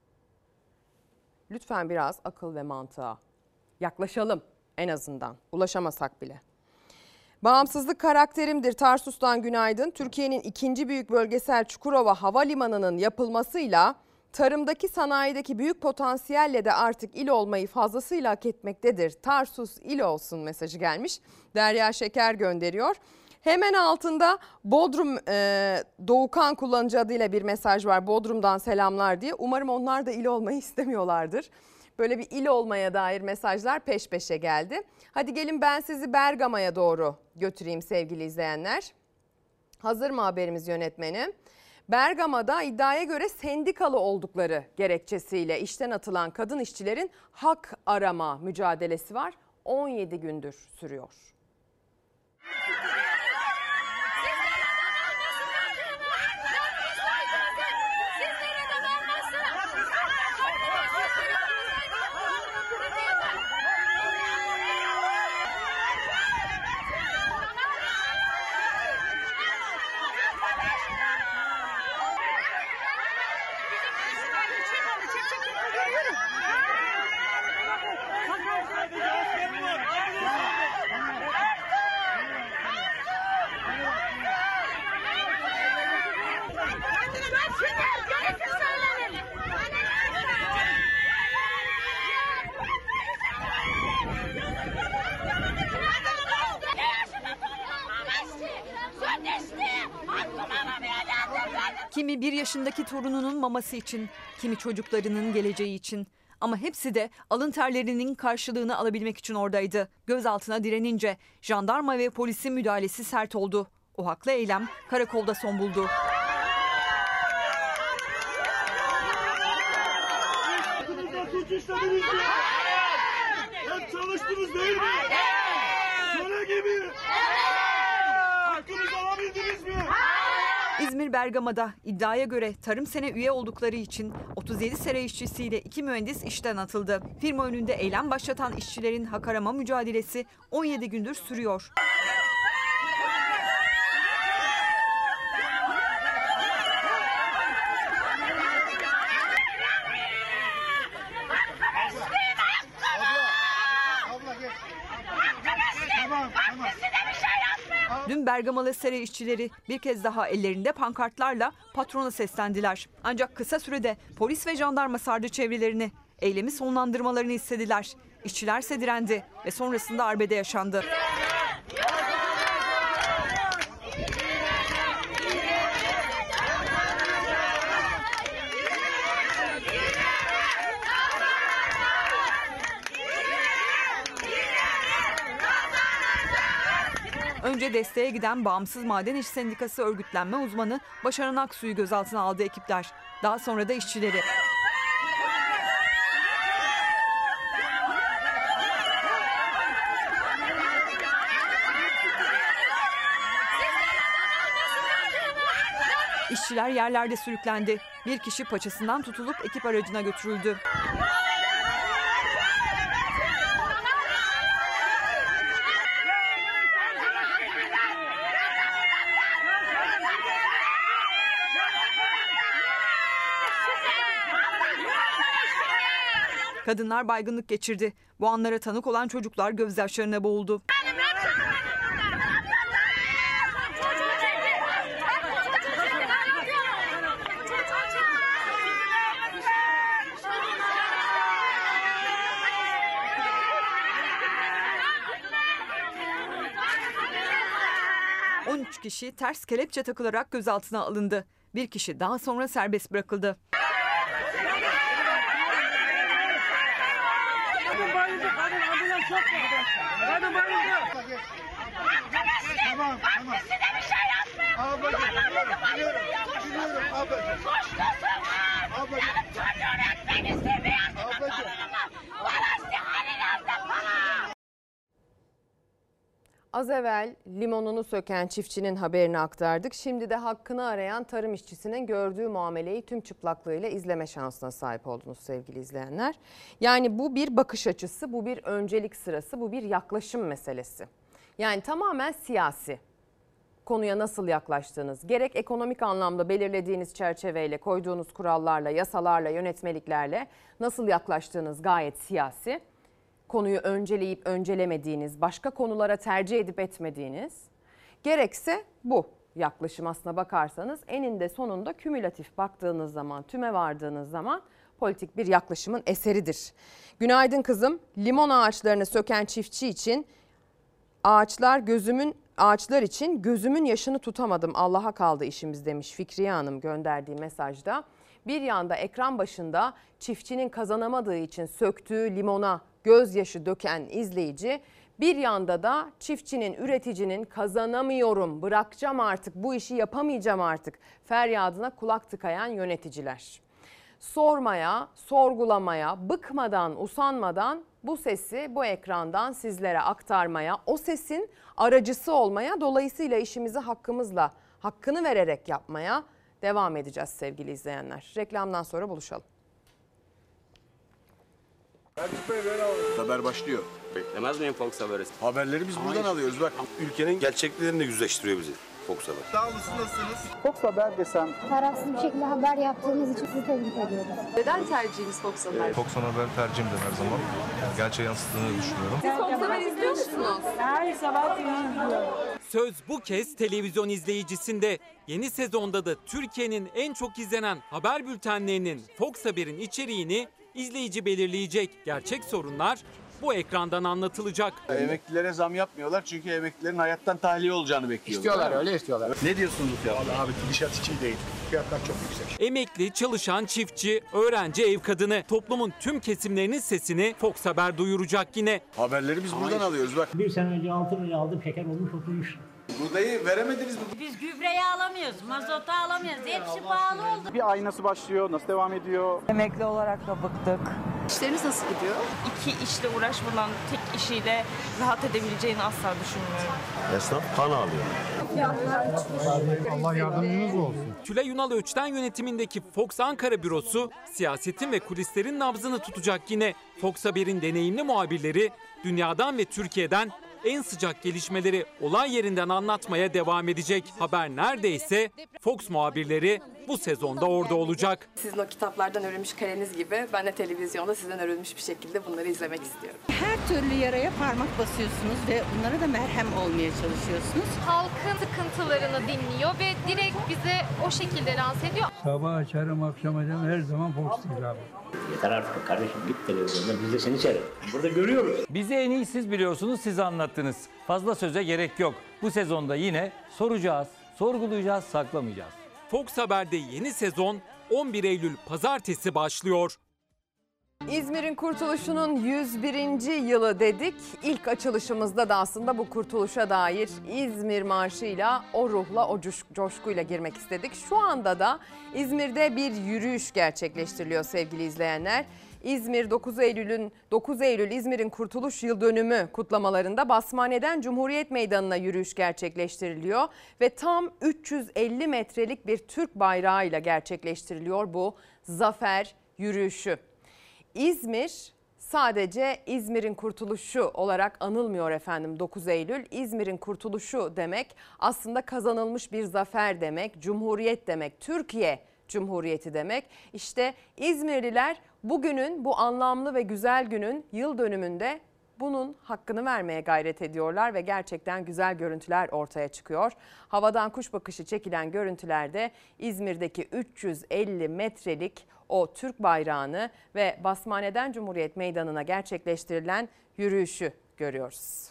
Lütfen biraz akıl ve mantığa yaklaşalım en azından. Ulaşamasak bile. Bağımsızlık karakterimdir. Tarsus'tan günaydın. Türkiye'nin ikinci büyük bölgesel Çukurova Havalimanı'nın yapılmasıyla tarımdaki sanayideki büyük potansiyelle de artık il olmayı fazlasıyla hak etmektedir. Tarsus il olsun mesajı gelmiş. Derya Şeker gönderiyor. Hemen altında Bodrum Doğukan kullanıcı adıyla bir mesaj var. Bodrum'dan selamlar diye. Umarım onlar da il olmayı istemiyorlardır. Böyle bir il olmaya dair mesajlar peş peşe geldi. Hadi gelin ben sizi Bergama'ya doğru götüreyim sevgili izleyenler. Hazır mı haberimiz yönetmeni? Bergama'da iddiaya göre sendikalı oldukları gerekçesiyle işten atılan kadın işçilerin hak arama mücadelesi var. 17 gündür sürüyor. Kimi 1 yaşındaki torununun maması için, kimi çocuklarının geleceği için. Ama hepsi de alın terlerinin karşılığını alabilmek için oradaydı. Gözaltına direnince jandarma ve polisin müdahalesi sert oldu. O haklı eylem karakolda son buldu. Hep çalıştınız değil mi? Köle gibi. Hakkınızı alabildiniz mi? İzmir Bergama'da iddiaya göre tarım sene üye oldukları için 37 sera işçisiyle 2 mühendis işten atıldı. Firma önünde eylem başlatan işçilerin hak arama mücadelesi 17 gündür sürüyor. Dün Bergamalı sera işçileri bir kez daha ellerinde pankartlarla patrona seslendiler. Ancak kısa sürede polis ve jandarma sardı çevrelerini. Eylemi sonlandırmalarını istediler. İşçilerse direndi ve sonrasında arbede yaşandı. Önce desteğe giden Bağımsız Maden İş Sendikası örgütlenme uzmanı Başaran Aksu'yu gözaltına aldı ekipler. Daha sonra da işçileri. İşçiler yerlerde sürüklendi. Bir kişi paçasından tutulup ekip aracına götürüldü. Kadınlar baygınlık geçirdi. Bu anlara tanık olan çocuklar gözyaşlarına boğuldu. ...13 kişi ters kelepçe takılarak gözaltına alındı. Bir kişi daha sonra serbest bırakıldı. Hadi bayıldı. Tamam. Size bir şey yapmıyor. Biliyorum. Ablacığım. Benim çocuğum etmek istemiyor. Az evvel limonunu söken çiftçinin haberini aktardık. Şimdi de hakkını arayan tarım işçisinin gördüğü muameleyi tüm çıplaklığıyla izleme şansına sahip oldunuz sevgili izleyenler. Yani bu bir bakış açısı, bu bir öncelik sırası, bu bir yaklaşım meselesi. Yani tamamen siyasi. Konuya nasıl yaklaştığınız, gerek ekonomik anlamda belirlediğiniz çerçeveyle, koyduğunuz kurallarla, yasalarla, yönetmeliklerle nasıl yaklaştığınız gayet siyasi. Konuyu önceleyip öncelemediğiniz, başka konulara tercih edip etmediğiniz, gerekse bu yaklaşım aslına bakarsanız eninde sonunda kümülatif baktığınız zaman, tüme vardığınız zaman politik bir yaklaşımın eseridir. Günaydın kızım. Limon ağaçlarını söken çiftçi için ağaçlar için gözümün yaşını tutamadım. Allah'a kaldı işimiz demiş Fikriye Hanım gönderdiği mesajda. Bir yanda ekran başında çiftçinin kazanamadığı için söktüğü limona gözyaşı döken izleyici, bir yanda da çiftçinin, üreticinin kazanamıyorum, bırakacağım artık, bu işi yapamayacağım artık feryadına kulak tıkayan yöneticiler. Sormaya, sorgulamaya, bıkmadan, usanmadan bu sesi bu ekrandan sizlere aktarmaya, o sesin aracısı olmaya, dolayısıyla işimizi hakkımızla, hakkını vererek yapmaya devam edeceğiz sevgili izleyenler. Reklamdan sonra buluşalım. Haber başlıyor. Beklemez miyim Fox Haber'i? Haberleri biz buradan alıyoruz bak. Ülkenin gerçeklerini de yüzleştiriyor bizi Fox Haber. Sağ olasın, nasılsınız? Fox Haber desem. Tarafsız bir şekilde haber yaptığınız için sizi tebrik ediyorum. Neden tercihiniz Fox Haber? Fox Haber tercihimdir her zaman. Yani gerçeği yansıttığını düşünüyorum. Siz Fox Haber izliyor musunuz? Her sabah izliyorum. Söz bu kez televizyon izleyicisinde. Yeni sezonda da Türkiye'nin en çok izlenen haber bültenlerinin Fox Haber'in içeriğini izleyici belirleyecek. Gerçek sorunlar bu ekrandan anlatılacak. Emeklilere zam yapmıyorlar çünkü emeklilerin hayattan tahliye olacağını bekliyorlar. İstiyorlar, öyle istiyorlar. Ne diyorsunuz bu fiyatlar? Abi gidişat için değil. Fiyatlar çok yüksek. Emekli, çalışan, çiftçi, öğrenci, ev kadını, toplumun tüm kesimlerinin sesini Fox Haber duyuracak yine. Haberleri biz buradan alıyoruz bak. Bir sene önce 6 liraya aldım, şeker olmuş 33. Buğdayı veremediniz mi? Biz gübreyi alamıyoruz, mazotu alamıyoruz. Hepsi pahalı oldu. Bir ay nasıl başlıyor, nasıl devam ediyor? Emekli olarak da bıktık. İşleriniz nasıl gidiyor? İki işle uğraşmadan tek işiyle rahat edebileceğini asla düşünmüyorum. Esnaf kan ağlıyor. Allah yardımcınız olsun. Tülay Ünal Öç'ten yönetimindeki Fox Ankara bürosu siyasetin ve kulislerin nabzını tutacak yine. Fox Haber'in deneyimli muhabirleri dünyadan ve Türkiye'den en sıcak gelişmeleri olay yerinden anlatmaya devam edecek. Haber neredeyse Fox muhabirleri bu sezonda orada olacak. Sizin o kitaplardan örülmüş kaleniz gibi ben de televizyonda sizden örülmüş bir şekilde bunları izlemek istiyorum. Her türlü yaraya parmak basıyorsunuz ve bunlara da merhem olmaya çalışıyorsunuz. Halkın sıkıntılarını dinliyor ve direkt bize o şekilde lanse ediyor. Sabah açarım, akşam açarım, her zaman Fox değil abi. Yeter artık kardeşim, git televizyonda, biz de seni seyredelim. Burada görüyoruz. Bizi en iyi siz biliyorsunuz, siz anlattınız. Fazla söze gerek yok. Bu sezonda yine soracağız, sorgulayacağız, saklamayacağız. Fox Haber'de yeni sezon 11 Eylül Pazartesi başlıyor. İzmir'in kurtuluşunun 101. yılı dedik. İlk açılışımızda da aslında bu kurtuluşa dair İzmir marşıyla, o ruhla, o coşkuyla girmek istedik. Şu anda da İzmir'de bir yürüyüş gerçekleştiriliyor sevgili izleyenler. İzmir 9 Eylül İzmir'in Kurtuluş Yıl Dönümü kutlamalarında Basmane'den Cumhuriyet Meydanı'na yürüyüş gerçekleştiriliyor ve tam 350 metrelik bir Türk bayrağıyla gerçekleştiriliyor bu zafer yürüyüşü. İzmir sadece İzmir'in kurtuluşu olarak anılmıyor efendim 9 Eylül. İzmir'in kurtuluşu demek aslında kazanılmış bir zafer demek, cumhuriyet demek, Türkiye Cumhuriyeti demek. İşte İzmirliler bugünün, bu anlamlı ve güzel günün yıl dönümünde bunun hakkını vermeye gayret ediyorlar ve gerçekten güzel görüntüler ortaya çıkıyor. Havadan kuş bakışı çekilen görüntülerde İzmir'deki 350 metrelik o Türk bayrağını ve Basmane'den Cumhuriyet Meydanı'na gerçekleştirilen yürüyüşü görüyoruz.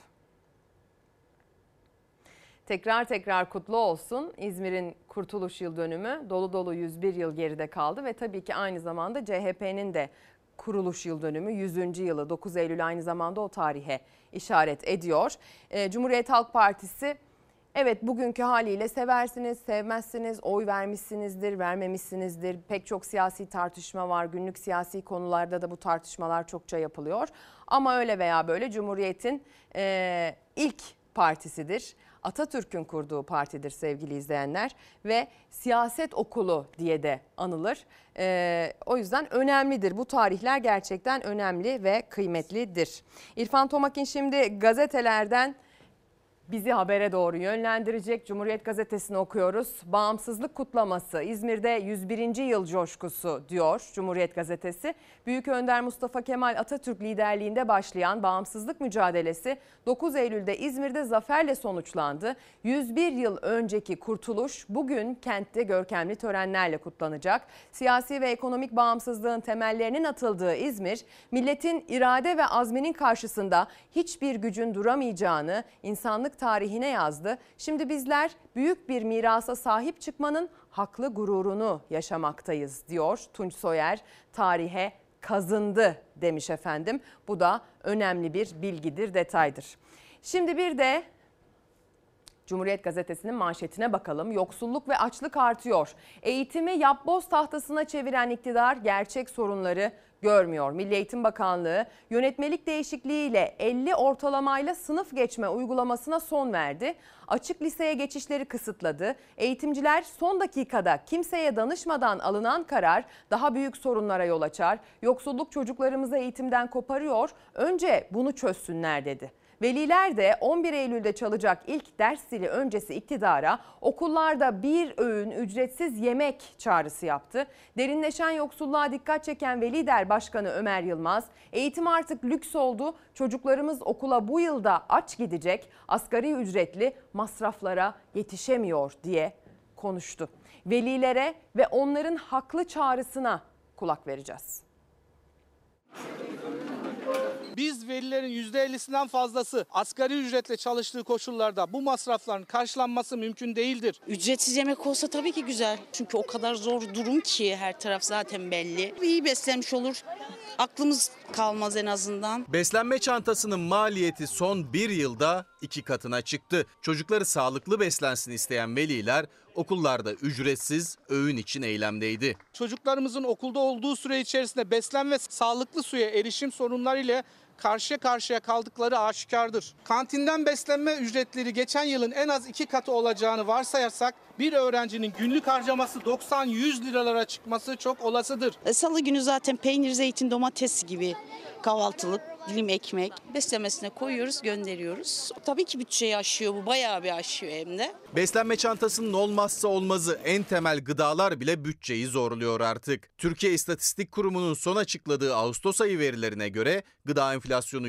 Tekrar kutlu olsun. İzmir'in Kurtuluş Yıl Dönümü dolu dolu 101 yıl geride kaldı ve tabii ki aynı zamanda CHP'nin de kuruluş yıl dönümü 100. yılı 9 Eylül aynı zamanda o tarihe işaret ediyor. Cumhuriyet Halk Partisi evet bugünkü haliyle seversiniz, sevmezsiniz, oy vermişsinizdir, vermemişsinizdir. Pek çok siyasi tartışma var. Günlük siyasi konularda da bu tartışmalar çokça yapılıyor. Ama öyle veya böyle Cumhuriyet'in ilk partisidir. Atatürk'ün kurduğu partidir sevgili izleyenler ve siyaset okulu diye de anılır. O yüzden önemlidir. Bu tarihler gerçekten önemli ve kıymetlidir. İrfan Tomakin şimdi gazetelerden bizi habere doğru yönlendirecek. Cumhuriyet Gazetesi'ni okuyoruz. Bağımsızlık kutlaması, İzmir'de 101. yıl coşkusu diyor Cumhuriyet Gazetesi. Büyük Önder Mustafa Kemal Atatürk liderliğinde başlayan bağımsızlık mücadelesi 9 Eylül'de İzmir'de zaferle sonuçlandı. 101 yıl önceki kurtuluş bugün kentte görkemli törenlerle kutlanacak. Siyasi ve ekonomik bağımsızlığın temellerinin atıldığı İzmir, milletin irade ve azminin karşısında hiçbir gücün duramayacağını, insanlık insanlık tarihine yazdı. Şimdi bizler büyük bir mirasa sahip çıkmanın haklı gururunu yaşamaktayız diyor Tunç Soyer. Tarihe kazındı demiş efendim. Bu da önemli bir bilgidir, detaydır. Şimdi bir de Cumhuriyet Gazetesi'nin manşetine bakalım. Yoksulluk ve açlık artıyor. Eğitimi yapboz tahtasına çeviren iktidar gerçek sorunları görmüyor. Milli Eğitim Bakanlığı yönetmelik değişikliğiyle 50 ortalamayla sınıf geçme uygulamasına son verdi. Açık liseye geçişleri kısıtladı. Eğitimciler son dakikada kimseye danışmadan alınan karar daha büyük sorunlara yol açar. Yoksulluk çocuklarımızı eğitimden koparıyor. Önce bunu çözsünler dedi. Veliler de 11 Eylül'de çalacak ilk ders zili öncesi iktidara okullarda bir öğün ücretsiz yemek çağrısı yaptı. Derinleşen yoksulluğa dikkat çeken Velider Başkanı Ömer Yılmaz, eğitim artık lüks oldu, çocuklarımız okula bu yılda aç gidecek, asgari ücretli masraflara yetişemiyor diye konuştu. Velilere ve onların haklı çağrısına kulak vereceğiz. Biz velilerin %50'sinden fazlası asgari ücretle çalıştığı koşullarda bu masrafların karşılanması mümkün değildir. Ücretsiz yemek olsa tabii ki güzel. Çünkü o kadar zor durum ki her taraf zaten belli. İyi beslenmiş olur. Aklımız kalmaz en azından. Beslenme çantasının maliyeti son bir yılda 2 katına çıktı. Çocukları sağlıklı beslensin isteyen veliler okullarda ücretsiz öğün için eylemdeydi. Çocuklarımızın okulda olduğu süre içerisinde beslenme ve sağlıklı suya erişim sorunlarıyla karşı karşıya kaldıkları aşikardır. Kantinden beslenme ücretleri geçen yılın en az 2 katı olacağını varsayarsak bir öğrencinin günlük harcaması 90-100 liralara çıkması çok olasıdır. Salı günü zaten peynir, zeytin, domates gibi kahvaltılık, dilim ekmek beslemesine koyuyoruz, gönderiyoruz. Tabii ki bütçeyi aşıyor, bu bayağı bir aşıyor hem de. Beslenme çantasının olmazsa olmazı en temel gıdalar bile bütçeyi zorluyor artık. Türkiye İstatistik Kurumu'nun son açıkladığı Ağustos ayı verilerine göre gıda enflasyonu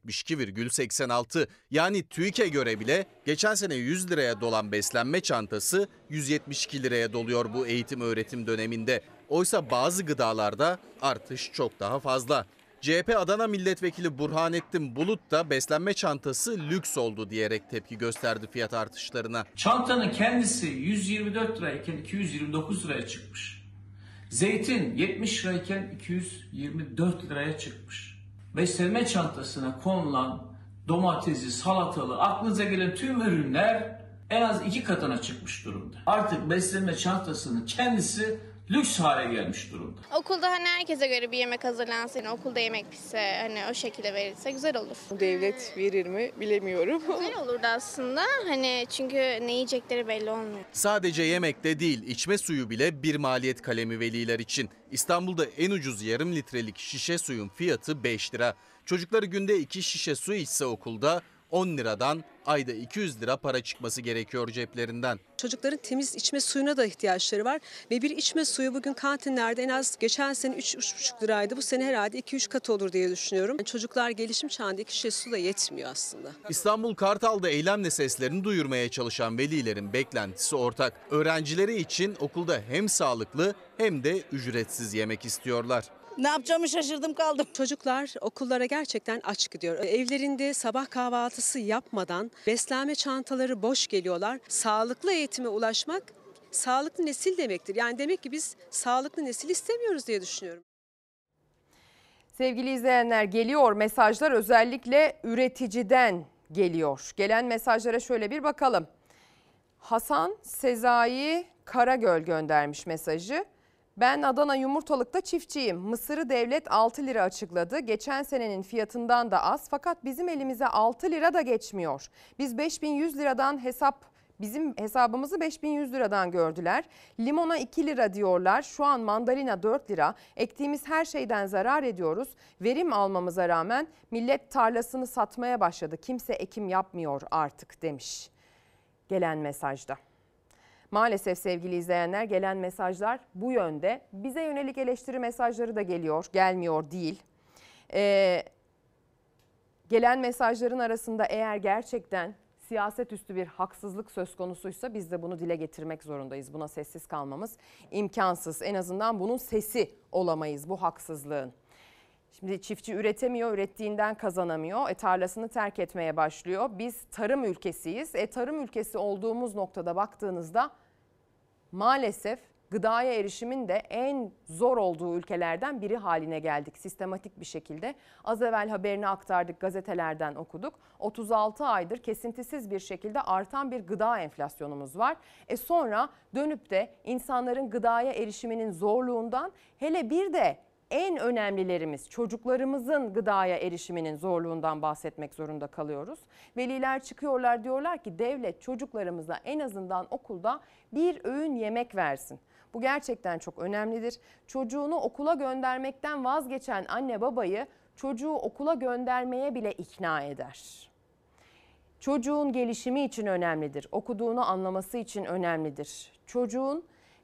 %72,86. Yani TÜİK'e göre bile geçen sene 100 liraya dolan beslenme çantası 172 liraya doluyor bu eğitim öğretim döneminde. Oysa bazı gıdalarda artış çok daha fazla. CHP Adana Milletvekili Burhanettin Bulut da beslenme çantası lüks oldu diyerek tepki gösterdi fiyat artışlarına. Çantanın kendisi 124 lirayken 229 liraya çıkmış. Zeytin 70 lirayken 224 liraya çıkmış. Beslenme çantasına konulan domatesi, salatalığı, aklınıza gelen tüm ürünler en az 2 katına çıkmış durumda. Artık beslenme çantasının kendisi lüks hale gelmiş durumda. Okulda hani herkese göre bir yemek hazırlansın, okulda yemek pişse hani o şekilde verilse güzel olur. Devlet verir mi bilemiyorum. Güzel olurdu aslında hani çünkü ne yiyecekleri belli olmuyor. Sadece yemekte değil, içme suyu bile bir maliyet kalemi veliler için. İstanbul'da en ucuz yarım litrelik şişe suyun fiyatı 5 lira. Çocukları günde 2 şişe su içse okulda 10 liradan ayda 200 lira para çıkması gerekiyor ceplerinden. Çocukların temiz içme suyuna da ihtiyaçları var ve bir içme suyu bugün kantinlerde en az geçen sene 3,5 liraydı. Bu sene herhalde 2-3 kat olur diye düşünüyorum. Çocuklar gelişim çağında 2 şişe su da yetmiyor aslında. İstanbul Kartal'da eylemle seslerini duyurmaya çalışan velilerin beklentisi ortak. Öğrencileri için okulda hem sağlıklı hem de ücretsiz yemek istiyorlar. Ne yapacağımı şaşırdım kaldım. Çocuklar okullara gerçekten aç gidiyor. Evlerinde sabah kahvaltısı yapmadan beslenme çantaları boş geliyorlar. Sağlıklı eğitime ulaşmak sağlıklı nesil demektir. Yani demek ki biz sağlıklı nesil istemiyoruz diye düşünüyorum. Sevgili izleyenler, geliyor mesajlar, özellikle üreticiden geliyor. Gelen mesajlara şöyle bir bakalım. Hasan Sezai Karagöl göndermiş mesajı. Ben Adana Yumurtalık'ta çiftçiyim. Mısırı devlet 6 lira açıkladı. Geçen senenin fiyatından da az, fakat bizim elimize 6 lira da geçmiyor. Biz 5100 liradan bizim hesabımızı 5100 liradan gördüler. Limona 2 lira diyorlar. Şu an mandalina 4 lira. Ektiğimiz her şeyden zarar ediyoruz. Verim almamıza rağmen millet tarlasını satmaya başladı. Kimse ekim yapmıyor artık demiş gelen mesajda. Maalesef sevgili izleyenler, gelen mesajlar bu yönde. Bize yönelik eleştiri mesajları da geliyor, gelmiyor değil. Gelen mesajların arasında eğer gerçekten siyaset üstü bir haksızlık söz konusuysa biz de bunu dile getirmek zorundayız. Buna sessiz kalmamız imkansız. En azından bunun sesi olamayız bu haksızlığın. Şimdi çiftçi üretemiyor, ürettiğinden kazanamıyor. Tarlasını terk etmeye başlıyor. Biz tarım ülkesiyiz. Tarım ülkesi olduğumuz noktada baktığınızda maalesef gıdaya erişimin de en zor olduğu ülkelerden biri haline geldik sistematik bir şekilde. Az evvel haberini aktardık, gazetelerden okuduk. 36 aydır kesintisiz bir şekilde artan bir gıda enflasyonumuz var. Sonra dönüp de insanların gıdaya erişiminin zorluğundan, hele bir de en önemlilerimiz çocuklarımızın gıdaya erişiminin zorluğundan bahsetmek zorunda kalıyoruz. Veliler çıkıyorlar, diyorlar ki devlet çocuklarımıza en azından okulda bir öğün yemek versin. Bu gerçekten çok önemlidir. Çocuğunu okula göndermekten vazgeçen anne babayı çocuğu okula göndermeye bile ikna eder. Çocuğun gelişimi için önemlidir. Okuduğunu anlaması için önemlidir. Çocuğun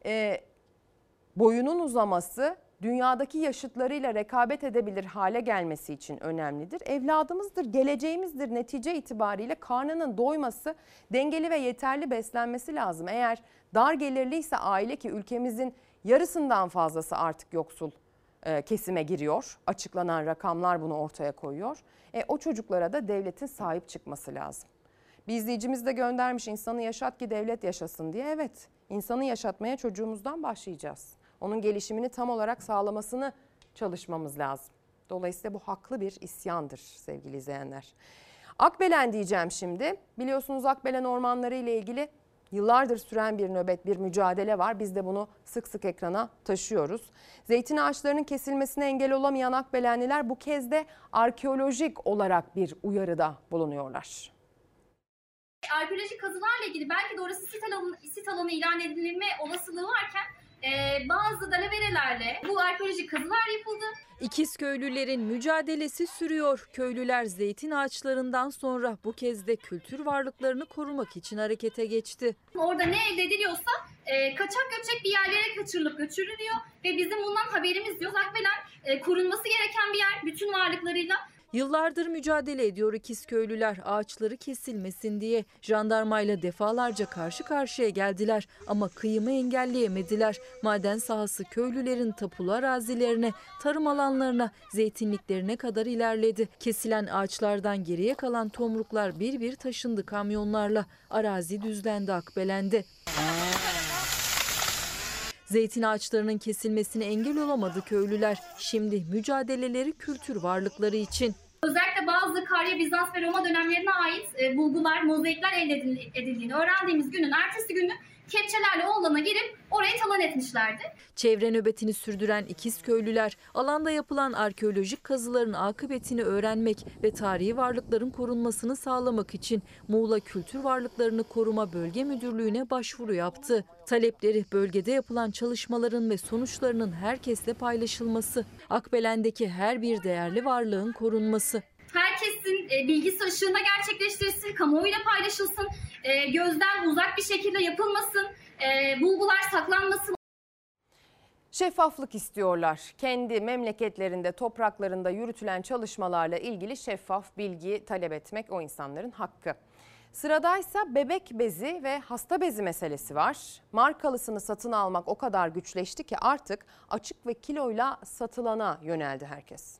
boyunun uzaması, dünyadaki yaşıtlarıyla rekabet edebilir hale gelmesi için önemlidir. Evladımızdır, geleceğimizdir. Netice itibariyle karnının doyması, dengeli ve yeterli beslenmesi lazım. Eğer dar gelirliyse aile, ki ülkemizin yarısından fazlası artık yoksul kesime giriyor. Açıklanan rakamlar bunu ortaya koyuyor. O çocuklara da devletin sahip çıkması lazım. Bir izleyicimiz de göndermiş, insanı yaşat ki devlet yaşasın diye. Evet, insanı yaşatmaya çocuğumuzdan başlayacağız. Onun gelişimini tam olarak sağlamasını çalışmamız lazım. Dolayısıyla bu haklı bir isyandır sevgili izleyenler. Akbelen diyeceğim şimdi. Biliyorsunuz Akbelen ormanları ile ilgili yıllardır süren bir nöbet, bir mücadele var. Biz de bunu sık sık ekrana taşıyoruz. Zeytin ağaçlarının kesilmesine engel olamayan Akbelenliler bu kez de arkeolojik olarak bir uyarıda bulunuyorlar. Arkeolojik kazılarla ilgili belki de orası sit alanı ilan edilme olasılığı varken bazı dalaverelerle bu arkeolojik kazılar yapıldı. İkizköylülerin mücadelesi sürüyor. Köylüler zeytin ağaçlarından sonra bu kez de kültür varlıklarını korumak için harekete geçti. Orada ne elde ediliyorsa kaçak göçek bir yerlere kaçırılıp götürülüyor ve bizim bundan haberimiz yok. Akbelen korunması gereken bir yer bütün varlıklarıyla. Yıllardır mücadele ediyor İkizköylüler ağaçları kesilmesin diye. Jandarmayla defalarca karşı karşıya geldiler ama kıyımı engelleyemediler. Maden sahası köylülerin tapulu arazilerine, tarım alanlarına, zeytinliklerine kadar ilerledi. Kesilen ağaçlardan geriye kalan tomruklar bir bir taşındı kamyonlarla. Arazi düzlendi, Akbelen'de. Zeytin ağaçlarının kesilmesine engel olamadı köylüler. Şimdi mücadeleleri kültür varlıkları için. Özellikle bazı Karya, Bizans ve Roma dönemlerine ait bulgular, mozaikler elde edildiğini öğrendiğimiz günün ertesi günü kepçelerle o alana girip orayı talan etmişlerdi. Çevre nöbetini sürdüren İkizköylüler alanda yapılan arkeolojik kazıların akıbetini öğrenmek ve tarihi varlıkların korunmasını sağlamak için Muğla Kültür Varlıklarını Koruma Bölge Müdürlüğü'ne başvuru yaptı. Talepleri bölgede yapılan çalışmaların ve sonuçlarının herkesle paylaşılması, Akbelen'deki her bir değerli varlığın korunması. Herkesin bilgisi ışığında gerçekleştirilsin, kamuoyuyla paylaşılsın, gözden uzak bir şekilde yapılmasın, bulgular saklanmasın. Şeffaflık istiyorlar. Kendi memleketlerinde, topraklarında yürütülen çalışmalarla ilgili şeffaf bilgi talep etmek o insanların hakkı. Sıradaysa bebek bezi ve hasta bezi meselesi var. Markalısını satın almak o kadar güçleşti ki artık açık ve kiloyla satılana yöneldi herkes.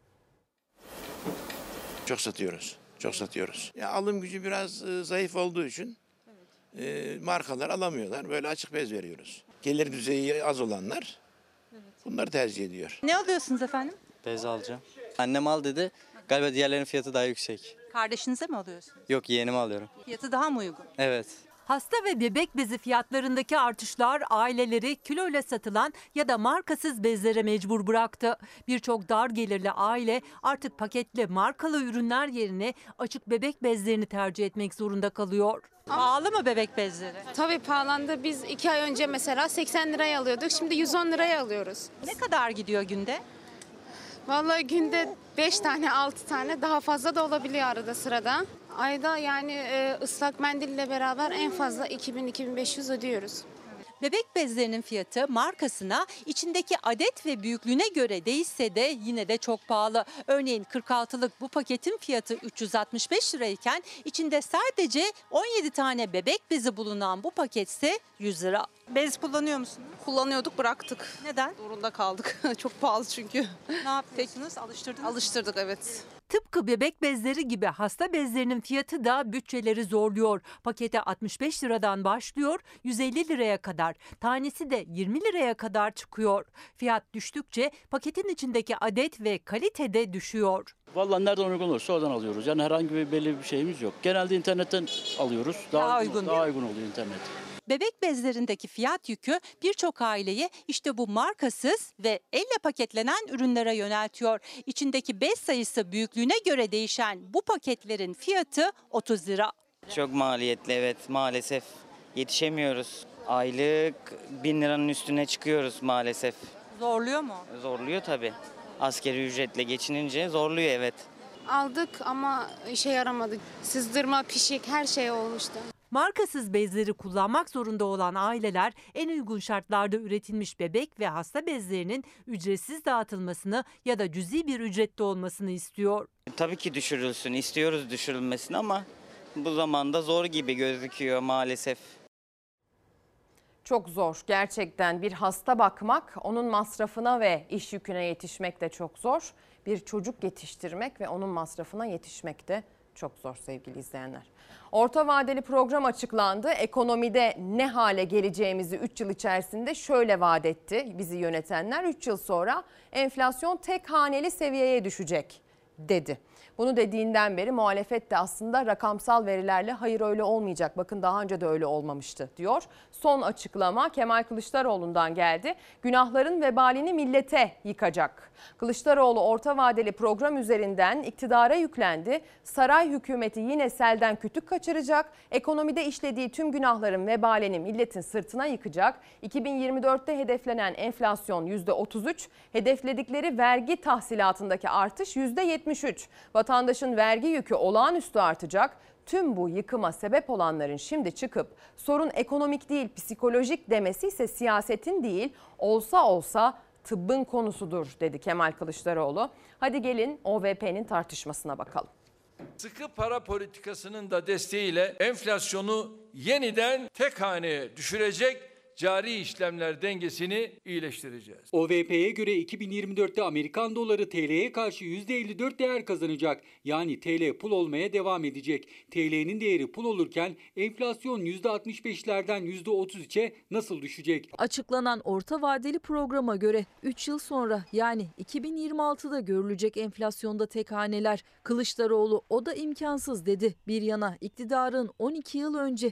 Çok satıyoruz. Çok satıyoruz. Ya alım gücü biraz zayıf olduğu için markalar alamıyorlar. Böyle açık bez veriyoruz. Gelir düzeyi az olanlar bunları tercih ediyor. Ne alıyorsunuz efendim? Bez alacağım. Annem al dedi. Galiba diğerlerinin fiyatı daha yüksek. Kardeşinize mi alıyorsunuz? Yok, yeğenime alıyorum. Fiyatı daha mı uygun? Evet. Hasta ve bebek bezi fiyatlarındaki artışlar aileleri kiloyla satılan ya da markasız bezlere mecbur bıraktı. Birçok dar gelirli aile artık paketli markalı ürünler yerine açık bebek bezlerini tercih etmek zorunda kalıyor. Pahalı mı bebek bezleri? Tabii pahalandı. Biz 2 ay önce mesela 80 liraya alıyorduk. Şimdi 110 liraya alıyoruz. Ne kadar gidiyor günde? Vallahi günde 5 tane 6 tane, daha fazla da olabiliyor arada sırada. Ayda yani ıslak mendille beraber en fazla 2000-2500 ödüyoruz. Bebek bezlerinin fiyatı markasına, içindeki adet ve büyüklüğüne göre değişse de yine de çok pahalı. Örneğin 46'lık bu paketin fiyatı 365 lirayken içinde sadece 17 tane bebek bezi bulunan bu paketse 100 lira. Bez kullanıyor musunuz? Kullanıyorduk, bıraktık. Neden? Zorunda kaldık. Çok pahalı çünkü. Ne yapıyorsunuz? Alıştırdınız mı? Alıştırdık, evet. Tıpkı bebek bezleri gibi hasta bezlerinin fiyatı da bütçeleri zorluyor. Pakete 65 liradan başlıyor, 150 liraya kadar. Tanesi de 20 liraya kadar çıkıyor. Fiyat düştükçe paketin içindeki adet ve kalite de düşüyor. Vallahi nereden uygun olursa oradan alıyoruz. Yani herhangi bir belli bir şeyimiz yok. Genelde internetten alıyoruz. Daha uygun oluyor internet. Bebek bezlerindeki fiyat yükü birçok aileyi işte bu markasız ve elle paketlenen ürünlere yöneltiyor. İçindeki bez sayısı büyüklüğüne göre değişen bu paketlerin fiyatı 30 lira. Çok maliyetli, evet, maalesef yetişemiyoruz. Aylık 1000 liranın üstüne çıkıyoruz maalesef. Zorluyor mu? Zorluyor tabii. Asgari ücretle geçinince zorluyor, evet. Aldık ama işe yaramadı. Sızdırma, pişik her şey olmuştu. Markasız bezleri kullanmak zorunda olan aileler en uygun şartlarda üretilmiş bebek ve hasta bezlerinin ücretsiz dağıtılmasını ya da cüzi bir ücrette olmasını istiyor. Tabii ki düşürülsün, istiyoruz düşürülmesini ama bu zamanda zor gibi gözüküyor maalesef. Çok zor gerçekten, bir hasta bakmak, onun masrafına ve iş yüküne yetişmek de çok zor. Bir çocuk yetiştirmek ve onun masrafına yetişmek de çok zor sevgili izleyenler. Orta vadeli program açıklandı. Ekonomide ne hale geleceğimizi 3 yıl içerisinde şöyle vaat etti bizi yönetenler. 3 yıl sonra enflasyon tek haneli seviyeye düşecek dedi. Bunu dediğinden beri muhalefet de aslında rakamsal verilerle hayır öyle olmayacak, bakın daha önce de öyle olmamıştı diyor. Son açıklama Kemal Kılıçdaroğlu'ndan geldi. Günahların vebalini millete yıkacak. Kılıçdaroğlu orta vadeli program üzerinden iktidara yüklendi. Saray hükümeti yine selden kütük kaçıracak. Ekonomide işlediği tüm günahların vebalini milletin sırtına yıkacak. 2024'te hedeflenen enflasyon %33, hedefledikleri vergi tahsilatındaki artış %73. Vatandaşın vergi yükü olağanüstü artacak. Tüm bu yıkıma sebep olanların şimdi çıkıp sorun ekonomik değil psikolojik demesi ise siyasetin değil, olsa tıbbın konusudur dedi Kemal Kılıçdaroğlu. Hadi gelin OVP'nin tartışmasına bakalım. Sıkı para politikasının da desteğiyle enflasyonu yeniden tek haneye düşürecek, cari işlemler dengesini iyileştireceğiz. OVP'ye göre 2024'te Amerikan doları TL'ye karşı %54 değer kazanacak. Yani TL pul olmaya devam edecek. TL'nin değeri pul olurken enflasyon %65'lerden %33'e nasıl düşecek? Açıklanan orta vadeli programa göre 3 yıl sonra yani 2026'da görülecek enflasyonda tek haneler. Kılıçdaroğlu o da imkansız dedi. Bir yana iktidarın 12 yıl önce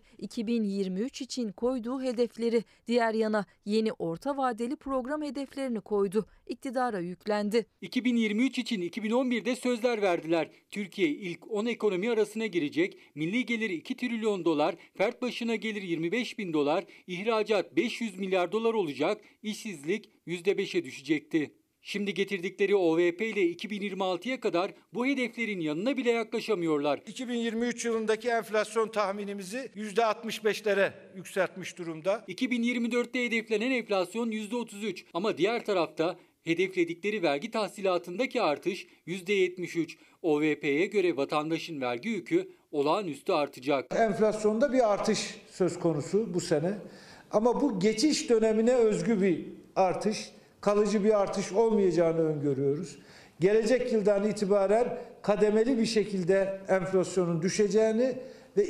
2023 için koyduğu hedefleri, diğer yana yeni orta vadeli program hedeflerini koydu. İktidara yüklendi. 2023 için 2011'de sözler verdiler. Türkiye ilk 10 ekonomi arasına girecek. Milli geliri 2 trilyon dolar, fert başına gelir 25 bin dolar, ihracat 500 milyar dolar olacak, işsizlik %5'e düşecekti. Şimdi getirdikleri OVP ile 2026'ya kadar bu hedeflerin yanına bile yaklaşamıyorlar. 2023 yılındaki enflasyon tahminimizi %65'lere yükseltmiş durumda. 2024'te hedeflenen enflasyon %33 ama diğer tarafta hedefledikleri vergi tahsilatındaki artış %73. OVP'ye göre vatandaşın vergi yükü olağanüstü artacak. Enflasyonda bir artış söz konusu bu sene ama bu geçiş dönemine özgü bir artış. Kalıcı bir artış olmayacağını öngörüyoruz. Gelecek yıldan itibaren kademeli bir şekilde enflasyonun düşeceğini ve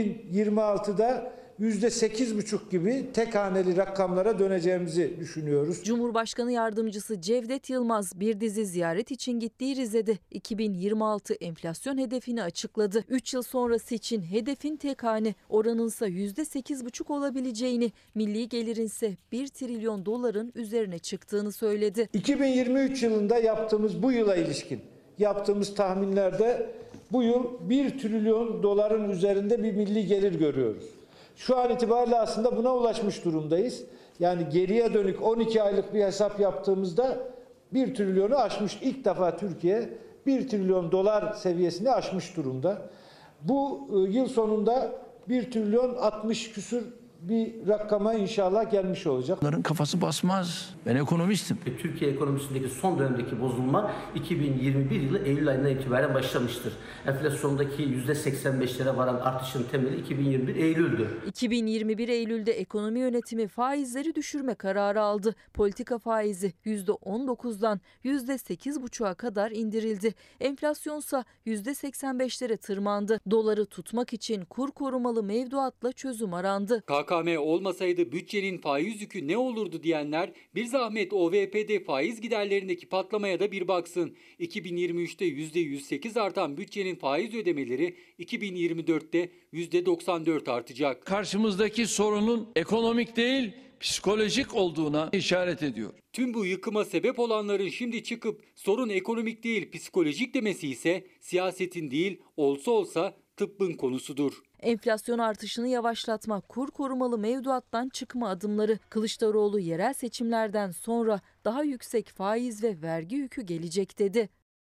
2026'da %8,5 gibi tek haneli rakamlara döneceğimizi düşünüyoruz. Cumhurbaşkanı Yardımcısı Cevdet Yılmaz bir dizi ziyaret için gittiği Rize'de 2026 enflasyon hedefini açıkladı. 3 yıl sonrası için hedefin tek hane, oranınsa %8,5 olabileceğini, milli gelirinse 1 trilyon doların üzerine çıktığını söyledi. 2023 yılında yaptığımız bu yıla ilişkin yaptığımız tahminlerde bu yıl 1 trilyon doların üzerinde bir milli gelir görüyoruz. Şu an itibariyle aslında buna ulaşmış durumdayız. Yani geriye dönük 12 aylık bir hesap yaptığımızda 1 trilyonu aşmış. İlk defa Türkiye 1 trilyon dolar seviyesini aşmış durumda. Bu yıl sonunda 1 trilyon 60 küsür bir rakama inşallah gelmiş olacak. Onların kafası basmaz. Ben ekonomistim. Türkiye ekonomisindeki son dönemdeki bozulma 2021 yılı Eylül ayından itibaren başlamıştır. Enflasyondaki %85'lere varan artışın temeli 2021 Eylül'dü. 2021 Eylül'de ekonomi yönetimi faizleri düşürme kararı aldı. Politika faizi %19'dan %8,5'a kadar indirildi. Enflasyonsa %85'lere tırmandı. Doları tutmak için kur korumalı mevduatla çözüm arandı. KKM olmasaydı bütçenin faiz yükü ne olurdu diyenler bir zahmet OVP'de faiz giderlerindeki patlamaya da bir baksın. 2023'te %108 artan bütçenin faiz ödemeleri 2024'te %94 artacak. Karşımızdaki sorunun ekonomik değil, psikolojik olduğuna işaret ediyor. Tüm bu yıkıma sebep olanların şimdi çıkıp sorun ekonomik değil psikolojik demesi ise siyasetin değil olsa tıbbın konusudur. Enflasyon artışını yavaşlatmak, kur korumalı mevduattan çıkma adımları. Kılıçdaroğlu yerel seçimlerden sonra daha yüksek faiz ve vergi yükü gelecek dedi.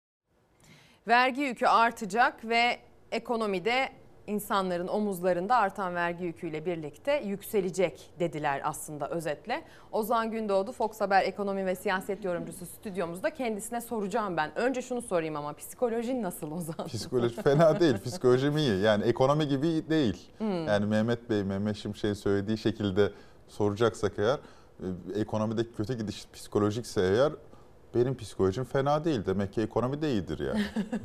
Vergi yükü artacak ve ekonomide insanların omuzlarında artan vergi yüküyle birlikte yükselecek dediler aslında özetle. Ozan Gündoğdu, Fox Haber ekonomi ve siyaset yorumcusu stüdyomuzda, kendisine soracağım ben. Önce şunu sorayım ama psikolojin nasıl Ozan? Psikoloji fena değil, psikolojim iyi. Yani ekonomi gibi değil. Yani Mehmet Şimşek'in söylediği şekilde soracaksak eğer, ekonomideki kötü gidiş psikolojikse eğer, benim psikolojim fena değil. Demek ki ekonomi de iyidir yani.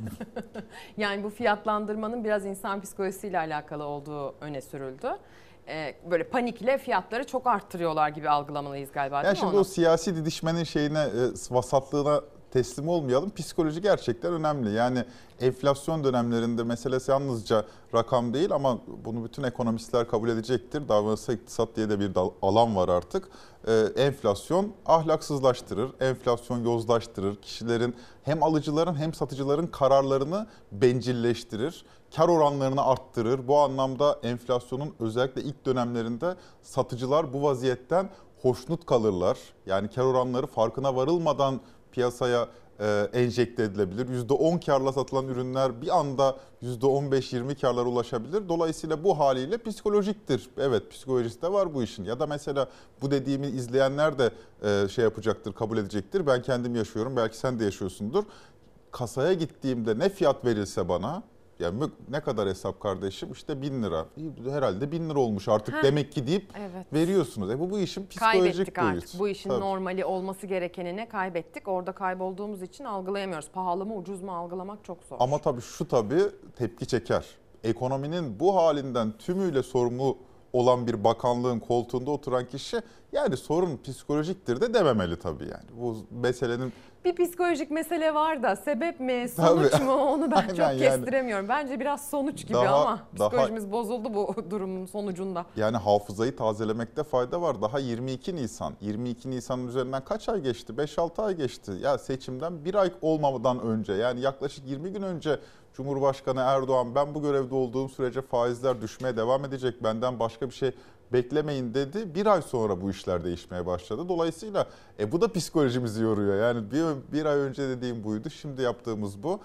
Yani bu fiyatlandırmanın biraz insan psikolojisiyle alakalı olduğu öne sürüldü. Böyle panikle fiyatları çok arttırıyorlar gibi algılamalıyız galiba, değil yani mi şimdi onu? o siyasi didişmenin vasatlığına teslim olmayalım. Psikoloji gerçekten önemli. Yani enflasyon dönemlerinde meselesi yalnızca rakam değil ama bunu bütün ekonomistler kabul edecektir. Davranışsal iktisat diye de bir alan var artık. Enflasyon ahlaksızlaştırır, enflasyon yozlaştırır. Kişilerin hem alıcıların hem satıcıların kararlarını bencilleştirir. Kar oranlarını arttırır. Bu anlamda enflasyonun özellikle ilk dönemlerinde satıcılar bu vaziyetten hoşnut kalırlar. Yani kar oranları farkına varılmadan piyasaya enjekte edilebilir. %10 karla satılan ürünler bir anda %15-20 karlara ulaşabilir. Dolayısıyla bu haliyle psikolojiktir. Evet, psikolojisi de var bu işin. Ya da mesela bu dediğimi izleyenler de yapacaktır, kabul edecektir. Ben kendim yaşıyorum, belki sen de yaşıyorsundur. Kasaya gittiğimde ne fiyat verilse bana, yani ne kadar hesap kardeşim? İşte 1000 lira. Herhalde 1000 lira olmuş artık demek ki deyip veriyorsunuz. Bu işin psikolojik kaybettik boyutu. Artık. Bu işin normali olması gerekenini kaybettik. Orada kaybolduğumuz için algılayamıyoruz. Pahalı mı ucuz mu algılamak çok zor. Ama tabii tepki çeker. Ekonominin bu halinden tümüyle sorumlu olan bir bakanlığın koltuğunda oturan kişi yani sorun psikolojiktir de dememeli tabii yani. Bu meselenin bir psikolojik mesele var da sebep mi, sonuç mu onu ben çok kestiremiyorum. Bence biraz sonuç gibi ama psikolojimiz bozuldu bu durumun sonucunda. Yani hafızayı tazelemekte fayda var. Daha 22 Nisan'ın üzerinden kaç ay geçti? 5-6 ay geçti. Ya seçimden bir ay olmamadan önce, yani yaklaşık 20 gün önce Cumhurbaşkanı Erdoğan ben bu görevde olduğum sürece faizler düşmeye devam edecek, benden başka bir şey beklemeyin dedi. Bir ay sonra bu işler değişmeye başladı. Dolayısıyla bu da psikolojimizi yoruyor. Yani bir ay önce dediğim buydu, şimdi yaptığımız bu.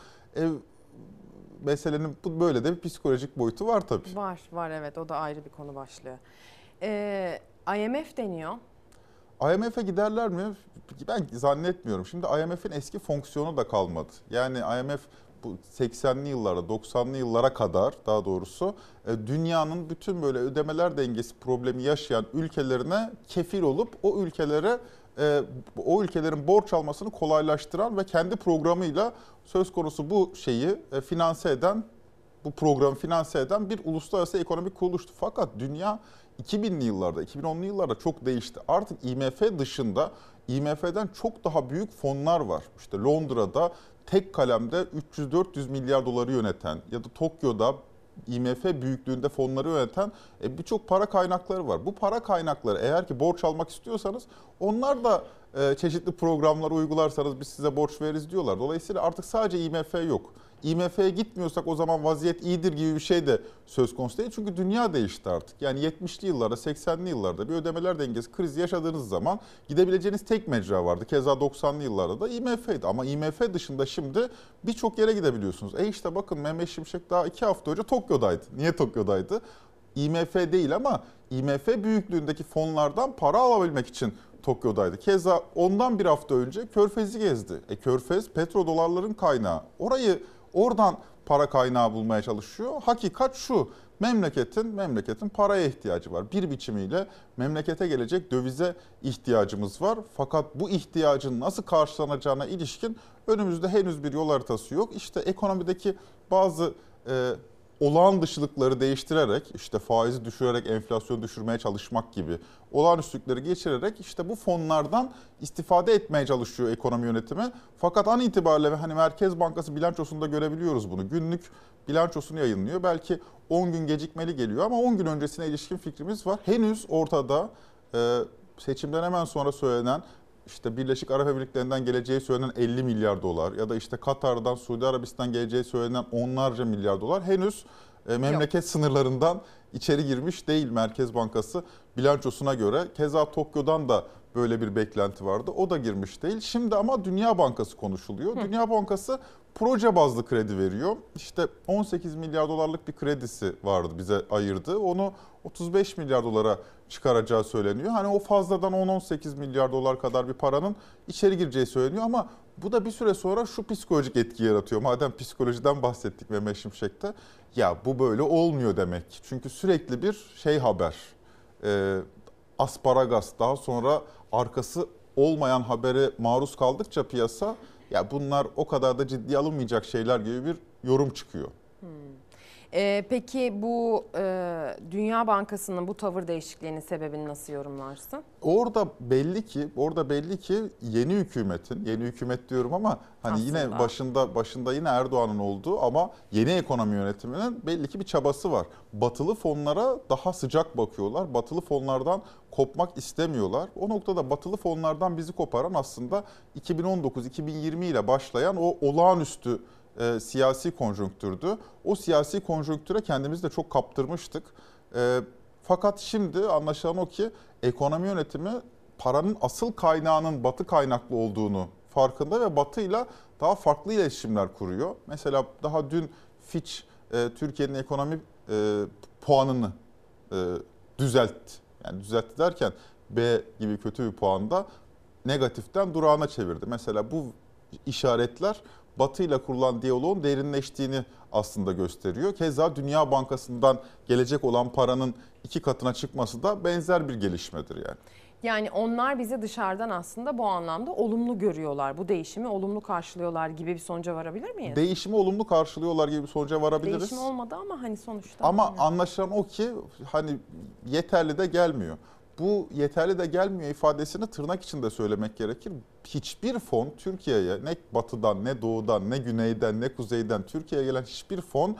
Meselenin böyle de bir psikolojik boyutu var tabii. Var evet, o da ayrı bir konu başlığı. IMF deniyor. IMF'e giderler mi? Ben zannetmiyorum. Şimdi IMF'in eski fonksiyonu da kalmadı. Yani IMF bu 80'li yıllara, 90'lı yıllara kadar daha doğrusu dünyanın bütün böyle ödemeler dengesi problemi yaşayan ülkelerine kefil olup o ülkelerin borç almasını kolaylaştıran ve kendi programıyla söz konusu bu şeyi bu programı finanse eden bir uluslararası ekonomik kuruluştu. Fakat dünya 2000'li yıllarda, 2010'lu yıllarda çok değişti. Artık IMF dışında IMF'den çok daha büyük fonlar var. İşte Londra'da tek kalemde 300-400 milyar doları yöneten ya da Tokyo'da IMF büyüklüğünde fonları yöneten birçok para kaynakları var. Bu para kaynakları eğer ki borç almak istiyorsanız onlar da çeşitli programlar uygularsanız biz size borç veririz diyorlar. Dolayısıyla artık sadece IMF yok. IMF'ye gitmiyorsak o zaman vaziyet iyidir gibi bir şey de söz konusu değil. Çünkü dünya değişti artık. Yani 70'li yıllarda, 80'li yıllarda bir ödemeler dengesi krizi yaşadığınız zaman gidebileceğiniz tek mecra vardı. Keza 90'lı yıllarda da IMF'ydi. Ama IMF dışında şimdi birçok yere gidebiliyorsunuz. İşte bakın Mehmet Şimşek daha 2 hafta önce Tokyo'daydı. Niye Tokyo'daydı? IMF değil ama IMF büyüklüğündeki fonlardan para alabilmek için Tokyo'daydı. Keza ondan bir hafta önce Körfez'i gezdi. Körfez petrodolarların kaynağı. Oradan para kaynağı bulmaya çalışıyor. Hakikat şu: memleketin paraya ihtiyacı var. Bir biçimiyle memlekete gelecek dövize ihtiyacımız var. Fakat bu ihtiyacın nasıl karşılanacağına ilişkin önümüzde henüz bir yol haritası yok. İşte ekonomideki bazı olağan dışılıkları değiştirerek, işte faizi düşürerek enflasyonu düşürmeye çalışmak gibi olağanüstülükleri geçirerek işte bu fonlardan istifade etmeye çalışıyor ekonomi yönetimi. Fakat an itibariyle hani Merkez Bankası bilançosunda görebiliyoruz bunu. Günlük bilançosunu yayınlıyor. Belki 10 gün gecikmeli geliyor ama 10 gün öncesine ilişkin fikrimiz var. Henüz ortada seçimden hemen sonra söylenen, İşte Birleşik Arap Emirlikleri'nden geleceği söylenen 50 milyar dolar ya da işte Katar'dan, Suudi Arabistan'dan geleceği söylenen onlarca milyar dolar henüz memleket sınırlarından içeri girmiş değil Merkez Bankası bilançosuna göre. Keza Tokyo'dan da böyle bir beklenti vardı. O da girmiş değil. Şimdi ama Dünya Bankası konuşuluyor. Dünya Bankası proje bazlı kredi veriyor. İşte 18 milyar dolarlık bir kredisi vardı, bize ayırdı. Onu 35 milyar dolara çıkaracağı söyleniyor. Hani o fazladan 10-18 milyar dolar kadar bir paranın içeri gireceği söyleniyor ama bu da bir süre sonra şu psikolojik etki yaratıyor. Madem psikolojiden bahsettik Mehmet Şimşek'te, ya bu böyle olmuyor demek. Çünkü sürekli bir haber, asparagas, daha sonra arkası olmayan habere maruz kaldıkça piyasa, ya bunlar o kadar da ciddiye alınmayacak şeyler gibi bir yorum çıkıyor. Peki bu Dünya Bankası'nın bu tavır değişikliğinin sebebini nasıl yorumlarsın? Orada belli ki yeni hükümet diyorum ama hani aslında yine başında yine Erdoğan'ın olduğu ama yeni ekonomi yönetiminin belli ki bir çabası var. Batılı fonlara daha sıcak bakıyorlar. Batılı fonlardan kopmak istemiyorlar. O noktada batılı fonlardan bizi koparan aslında 2019-2020 ile başlayan o olağanüstü siyasi konjonktürdü. O siyasi konjonktüre kendimizi de çok kaptırmıştık. Fakat şimdi anlaşılan o ki ekonomi yönetimi paranın asıl kaynağının Batı kaynaklı olduğunu farkında ve Batı'yla daha farklı iletişimler kuruyor. Mesela daha dün Fitch Türkiye'nin ekonomi puanını düzeltti. Yani düzeltti derken B gibi kötü bir puanda negatiften durağına çevirdi. Mesela bu işaretler Batı ile kurulan diyaloğun derinleştiğini aslında gösteriyor. Keza Dünya Bankası'ndan gelecek olan paranın 2 katına çıkması da benzer bir gelişmedir yani. Yani onlar bizi dışarıdan aslında bu anlamda olumlu görüyorlar. Bu değişimi olumlu karşılıyorlar gibi bir sonuca varabilir miyiz? Değişimi olumlu karşılıyorlar gibi bir sonuca varabiliriz. Değişim olmadı ama hani sonuçta. Ama anlaşılan o ki hani yeterli de gelmiyor. Bu yeterli de gelmiyor ifadesini tırnak içinde söylemek gerekir. Hiçbir fon Türkiye'ye, ne batıdan, ne doğudan, ne güneyden, ne kuzeyden Türkiye'ye gelen hiçbir fon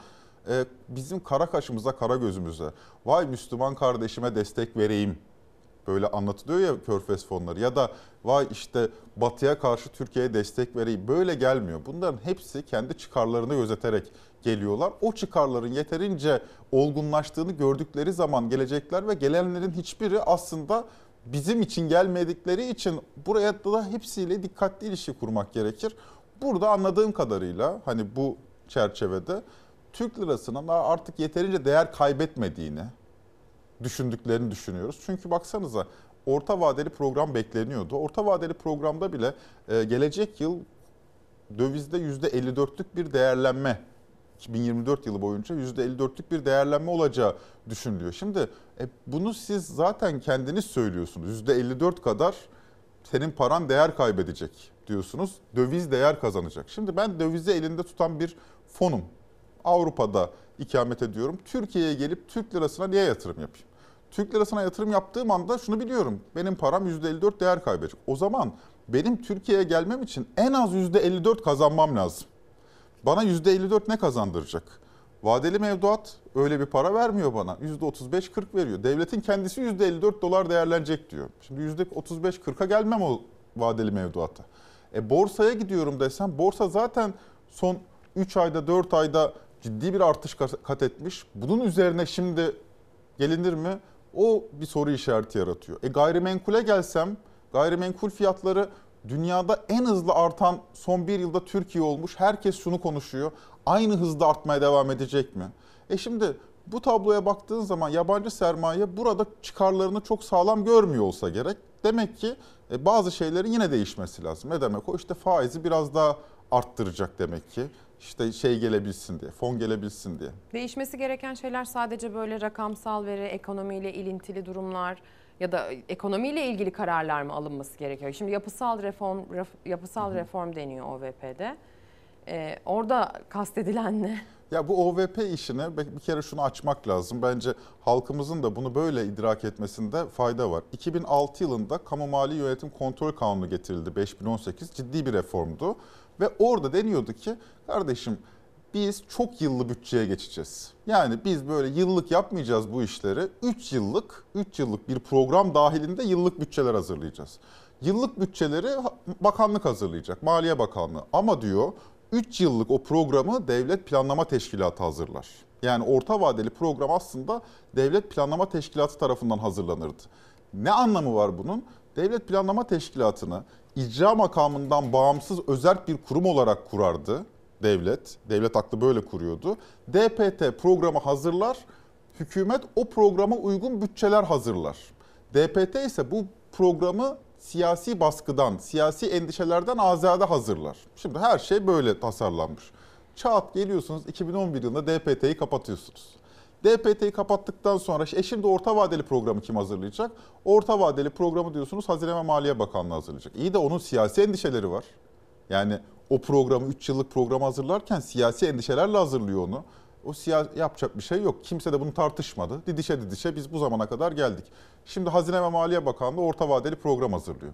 bizim kara kaşımıza, kara gözümüze, vay Müslüman kardeşime destek vereyim, böyle anlatılıyor ya Körfez fonları, ya da vay işte batıya karşı Türkiye'ye destek vereyim, böyle gelmiyor. Bunların hepsi kendi çıkarlarını gözeterek geliyorlar. O çıkarların yeterince olgunlaştığını gördükleri zaman gelecekler ve gelenlerin hiçbiri aslında bizim için gelmedikleri için buraya da hepsiyle dikkatli ilişki kurmak gerekir. Burada anladığım kadarıyla hani bu çerçevede Türk lirasının artık yeterince değer kaybetmediğini düşündüklerini düşünüyoruz. Çünkü baksanıza orta vadeli program bekleniyordu. Orta vadeli programda bile gelecek yıl dövizde %54'lük bir değerlenme, 2024 yılı boyunca %54'lük bir değerlenme olacağı düşünülüyor. Şimdi bunu siz zaten kendiniz söylüyorsunuz. %54 kadar senin paran değer kaybedecek diyorsunuz. Döviz değer kazanacak. Şimdi ben dövizi elinde tutan bir fonum. Avrupa'da ikamet ediyorum. Türkiye'ye gelip Türk lirasına niye yatırım yapayım? Türk lirasına yatırım yaptığım anda şunu biliyorum. Benim param %54 değer kaybedecek. O zaman benim Türkiye'ye gelmem için en az %54 kazanmam lazım. Bana %54 ne kazandıracak? Vadeli mevduat öyle bir para vermiyor bana. %35-40 veriyor. Devletin kendisi %54 dolar değerlenecek diyor. Şimdi %35-40'a gelmem o vadeli mevduata. Borsaya gidiyorum desem, borsa zaten son 3 ayda 4 ayda ciddi bir artış kat etmiş. Bunun üzerine şimdi gelinir mi? O bir soru işareti yaratıyor. Gayrimenkule gelsem, gayrimenkul fiyatları dünyada en hızlı artan son bir yılda Türkiye olmuş. Herkes şunu konuşuyor. Aynı hızda artmaya devam edecek mi? Şimdi Bu tabloya baktığın zaman yabancı sermaye burada çıkarlarını çok sağlam görmüyor olsa gerek. Demek ki bazı şeylerin yine değişmesi lazım. Ne demek o? İşte faizi biraz daha arttıracak demek ki. İşte gelebilsin diye, fon gelebilsin diye. Değişmesi gereken şeyler sadece böyle rakamsal veri, ekonomiyle ilintili durumlar ya da ekonomiyle ilgili kararlar mı alınması gerekiyor? Şimdi yapısal reform deniyor OVP'de. Orada kastedilen ne? Ya bu OVP işine bir kere şunu açmak lazım. Bence halkımızın da bunu böyle idrak etmesinde fayda var. 2006 yılında Kamu Mali Yönetim Kontrol Kanunu getirildi, 5018, ciddi bir reformdu. Ve orada deniyordu ki kardeşim biz çok yıllı bütçeye geçeceğiz. Yani biz böyle yıllık yapmayacağız bu işleri. 3 yıllık bir program dahilinde yıllık bütçeler hazırlayacağız. Yıllık bütçeleri bakanlık hazırlayacak, Maliye Bakanlığı. Ama diyor 3 yıllık o programı Devlet Planlama Teşkilatı hazırlar. Yani orta vadeli program aslında Devlet Planlama Teşkilatı tarafından hazırlanırdı. Ne anlamı var bunun? Devlet Planlama Teşkilatı'nı icra makamından bağımsız özerk bir kurum olarak kurardı devlet. Devlet aklı böyle kuruyordu. DPT programı hazırlar, hükümet o programa uygun bütçeler hazırlar. DPT ise bu programı siyasi baskıdan, siyasi endişelerden azade hazırlar. Şimdi her şey böyle tasarlanmış. Çat geliyorsunuz 2011 yılında DPT'yi kapatıyorsunuz. DPT'yi kapattıktan sonra şimdi orta vadeli programı kim hazırlayacak? Orta vadeli programı diyorsunuz Hazine ve Maliye Bakanlığı hazırlayacak. İyi de onun siyasi endişeleri var. Yani o programı 3 yıllık programı hazırlarken siyasi endişelerle hazırlıyor onu. O yapacak bir şey yok. Kimse de bunu tartışmadı. Didişe biz bu zamana kadar geldik. Şimdi Hazine ve Maliye Bakanlığı orta vadeli program hazırlıyor.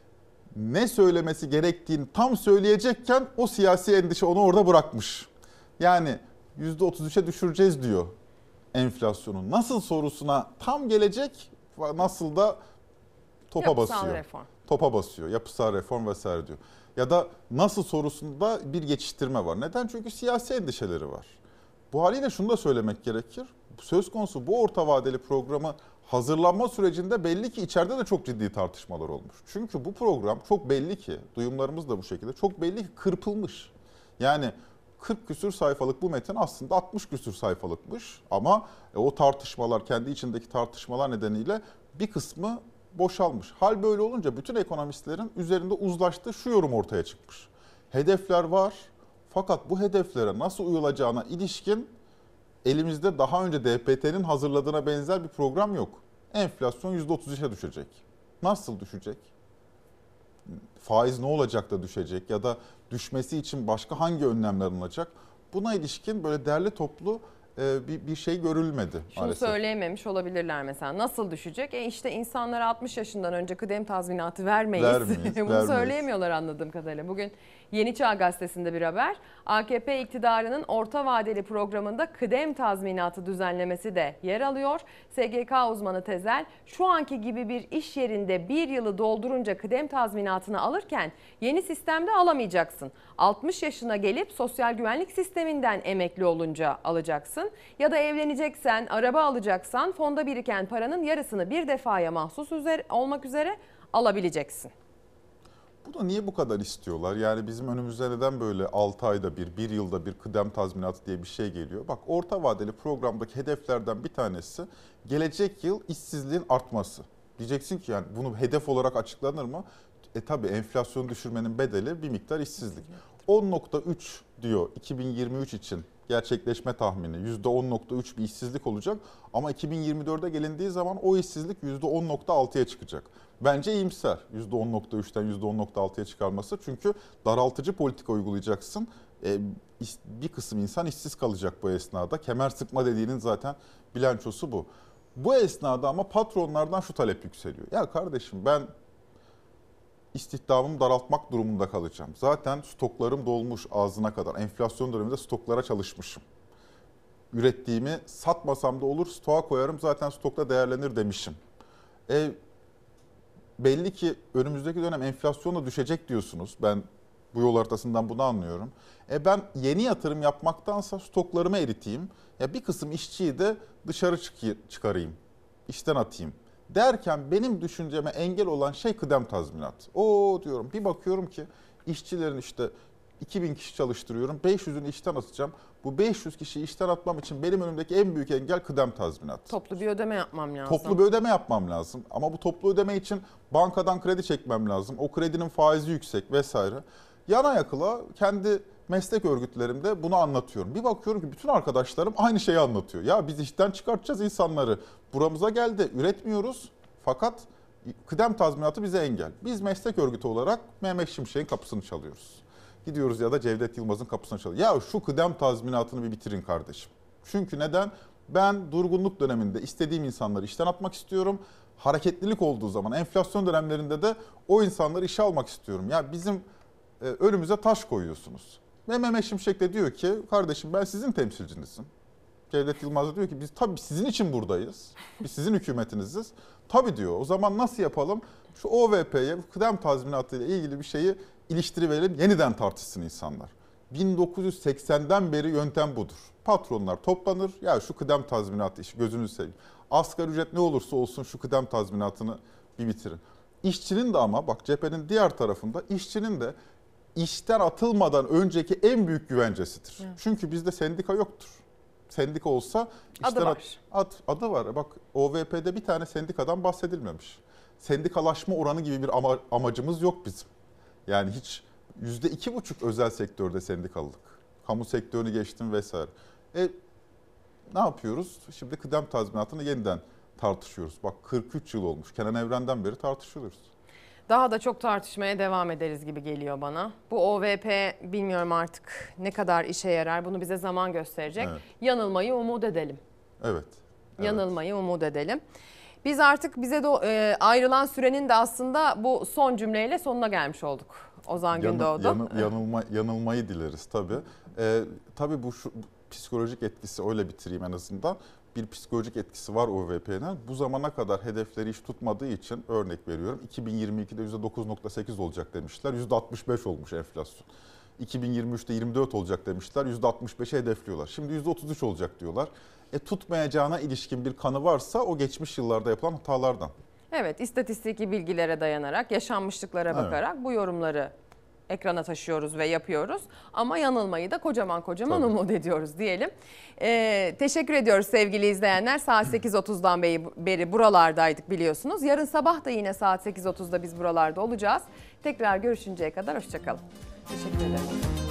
Ne söylemesi gerektiğini tam söyleyecekken o siyasi endişe onu orada bırakmış. Yani %33'e düşüreceğiz diyor enflasyonu. Nasıl sorusuna tam gelecek, nasıl da topa yapısal basıyor. Reform. Topa basıyor. Yapısal reform vesaire diyor. Ya da nasıl sorusunda bir geçiştirme var. Neden? Çünkü siyasi endişeleri var. Bu haliyle şunu da söylemek gerekir. Söz konusu bu orta vadeli programı hazırlanma sürecinde belli ki içeride de çok ciddi tartışmalar olmuş. Çünkü bu program çok belli ki, duyumlarımız da bu şekilde, çok belli ki kırpılmış. Yani 40 küsür sayfalık bu metin aslında 60 küsür sayfalıkmış. Ama o tartışmalar, kendi içindeki tartışmalar nedeniyle bir kısmı boşalmış. Hal böyle olunca bütün ekonomistlerin üzerinde uzlaştığı şu yorum ortaya çıkmış. Hedefler var fakat bu hedeflere nasıl uyulacağına ilişkin elimizde daha önce DPT'nin hazırladığına benzer bir program yok. Enflasyon %33'e düşecek. Nasıl düşecek? Faiz ne olacak da düşecek ya da düşmesi için başka hangi önlemler alınacak? Buna ilişkin böyle derli toplu bir şey görülmedi Şunu maalesef. söyleyememiş olabilirler mesela. Nasıl düşecek? İşte insanlara 60 yaşından önce kıdem tazminatı vermeyiz. Bunu söyleyemiyorlar anladığım kadarıyla. Bugün Yeni Çağ Gazetesi'nde bir haber. AKP iktidarının orta vadeli programında kıdem tazminatı düzenlemesi de yer alıyor. SGK uzmanı Tezel, şu anki gibi bir iş yerinde bir yılı doldurunca kıdem tazminatını alırken yeni sistemde alamayacaksın. 60 yaşına gelip sosyal güvenlik sisteminden emekli olunca alacaksın. Ya da evleneceksen, araba alacaksan fonda biriken paranın yarısını bir defaya mahsus olmak üzere alabileceksin. Bu da niye bu kadar istiyorlar? Yani bizim önümüzde neden böyle 6 ayda bir yılda bir kıdem tazminatı diye bir şey geliyor? Bak orta vadeli programdaki hedeflerden bir tanesi gelecek yıl işsizliğin artması. Diyeceksin ki yani bunu hedef olarak açıklanır mı? Tabii enflasyonu düşürmenin bedeli bir miktar işsizlik. 10.3 diyor 2023 için gerçekleşme tahmini. %10.3 bir işsizlik olacak ama 2024'e gelindiği zaman o işsizlik %10.6'ya çıkacak. Bence iyimser %10.3'ten %10.6'ya çıkarması. Çünkü daraltıcı politika uygulayacaksın. Bir kısım insan işsiz kalacak bu esnada. Kemer sıkma dediğinin zaten bilançosu bu. Bu esnada ama patronlardan şu talep yükseliyor. Ya kardeşim ben istihdamımı daraltmak durumunda kalacağım. Zaten stoklarım dolmuş ağzına kadar. Enflasyon döneminde stoklara çalışmışım. Ürettiğimi satmasam da olur, stoğa koyarım, zaten stokta değerlenir demişim. Belli ki önümüzdeki dönem enflasyon da düşecek diyorsunuz. Ben bu yol haritasından bunu anlıyorum. Ben yeni yatırım yapmaktansa stoklarımı eriteyim. Bir kısım işçiyi de dışarı çıkarayım, işten atayım derken benim düşünceme engel olan şey kıdem tazminatı. Diyorum bir bakıyorum ki işçilerin işte 2000 kişi çalıştırıyorum. 500'ünü işten atacağım. Bu 500 kişiyi işten atmam için benim önümdeki en büyük engel kıdem tazminatı. Toplu bir ödeme yapmam lazım. Toplu bir ödeme yapmam lazım. Ama bu toplu ödeme için bankadan kredi çekmem lazım. O kredinin faizi yüksek vesaire. Yana yakıla kendi meslek örgütlerimde bunu anlatıyorum. Bir bakıyorum ki bütün arkadaşlarım aynı şeyi anlatıyor. Ya biz işten çıkartacağız insanları. Buramıza geldi, üretmiyoruz. Fakat kıdem tazminatı bize engel. Biz meslek örgütü olarak Mehmet Şimşek'in kapısını çalıyoruz. Gidiyoruz ya da Cevdet Yılmaz'ın kapısına çalıyoruz. Ya şu kıdem tazminatını bir bitirin kardeşim. Çünkü neden? Ben durgunluk döneminde istediğim insanları işten atmak istiyorum. Hareketlilik olduğu zaman, enflasyon dönemlerinde de o insanları işe almak istiyorum. Ya bizim önümüze taş koyuyorsunuz. Ve Mehmet Şimşek de diyor ki kardeşim ben sizin temsilcinizim. Cevdet Yılmaz da diyor ki biz tabii sizin için buradayız. Biz sizin hükümetiniziz. Tabii diyor o zaman nasıl yapalım? Şu OVP'ye, kıdem tazminatı ile ilgili bir şeyi iliştiriverelim, yeniden tartışsın insanlar. 1980'den beri yöntem budur. Patronlar toplanır, ya şu kıdem tazminatı işi gözünüzü seveyim. Asgari ücret ne olursa olsun şu kıdem tazminatını bir bitirin. İşçinin de ama bak cephenin diğer tarafında işçinin de işten atılmadan önceki en büyük güvencesidir. Evet. Çünkü bizde sendika yoktur. Sendika olsa adı var. Adı var. Bak OVP'de bir tane sendikadan bahsedilmemiş. Sendikalaşma oranı gibi bir amacımız yok bizim. Yani hiç %2,5 özel sektörde sendikalılık. Kamu sektörünü geçtim vesaire. Ne yapıyoruz? Şimdi kıdem tazminatını yeniden tartışıyoruz. Bak 43 yıl olmuş. Kenan Evren'den beri tartışıyoruz. Daha da çok tartışmaya devam ederiz gibi geliyor bana. Bu OVP bilmiyorum artık ne kadar işe yarar. Bunu bize zaman gösterecek. Evet. Yanılmayı umut edelim. Evet. Yanılmayı umut edelim. Biz artık bize de ayrılan sürenin de aslında bu son cümleyle sonuna gelmiş olduk. Ozan Gündoğdu. Yanılmayı dileriz tabii. Tabii bu psikolojik etkisi öyle bitireyim en azından. Bir psikolojik etkisi var OVP'nin. Bu zamana kadar hedefleri hiç tutmadığı için örnek veriyorum. 2022'de %9,8 olacak demişler. %65 olmuş enflasyon. 2023'te 24 olacak demişler. %65'e hedefliyorlar. Şimdi %33 olacak diyorlar. Tutmayacağına ilişkin bir kanı varsa o geçmiş yıllarda yapılan hatalardan. Evet, istatistiki bilgilere dayanarak, yaşanmışlıklara bakarak bu yorumları ekrana taşıyoruz ve yapıyoruz. Ama yanılmayı da kocaman umut ediyoruz diyelim. Teşekkür ediyoruz sevgili izleyenler. Saat 8.30'dan beri buralardaydık biliyorsunuz. Yarın sabah da yine saat 8.30'da biz buralarda olacağız. Tekrar görüşünceye kadar hoşça kalın. Teşekkür ederim.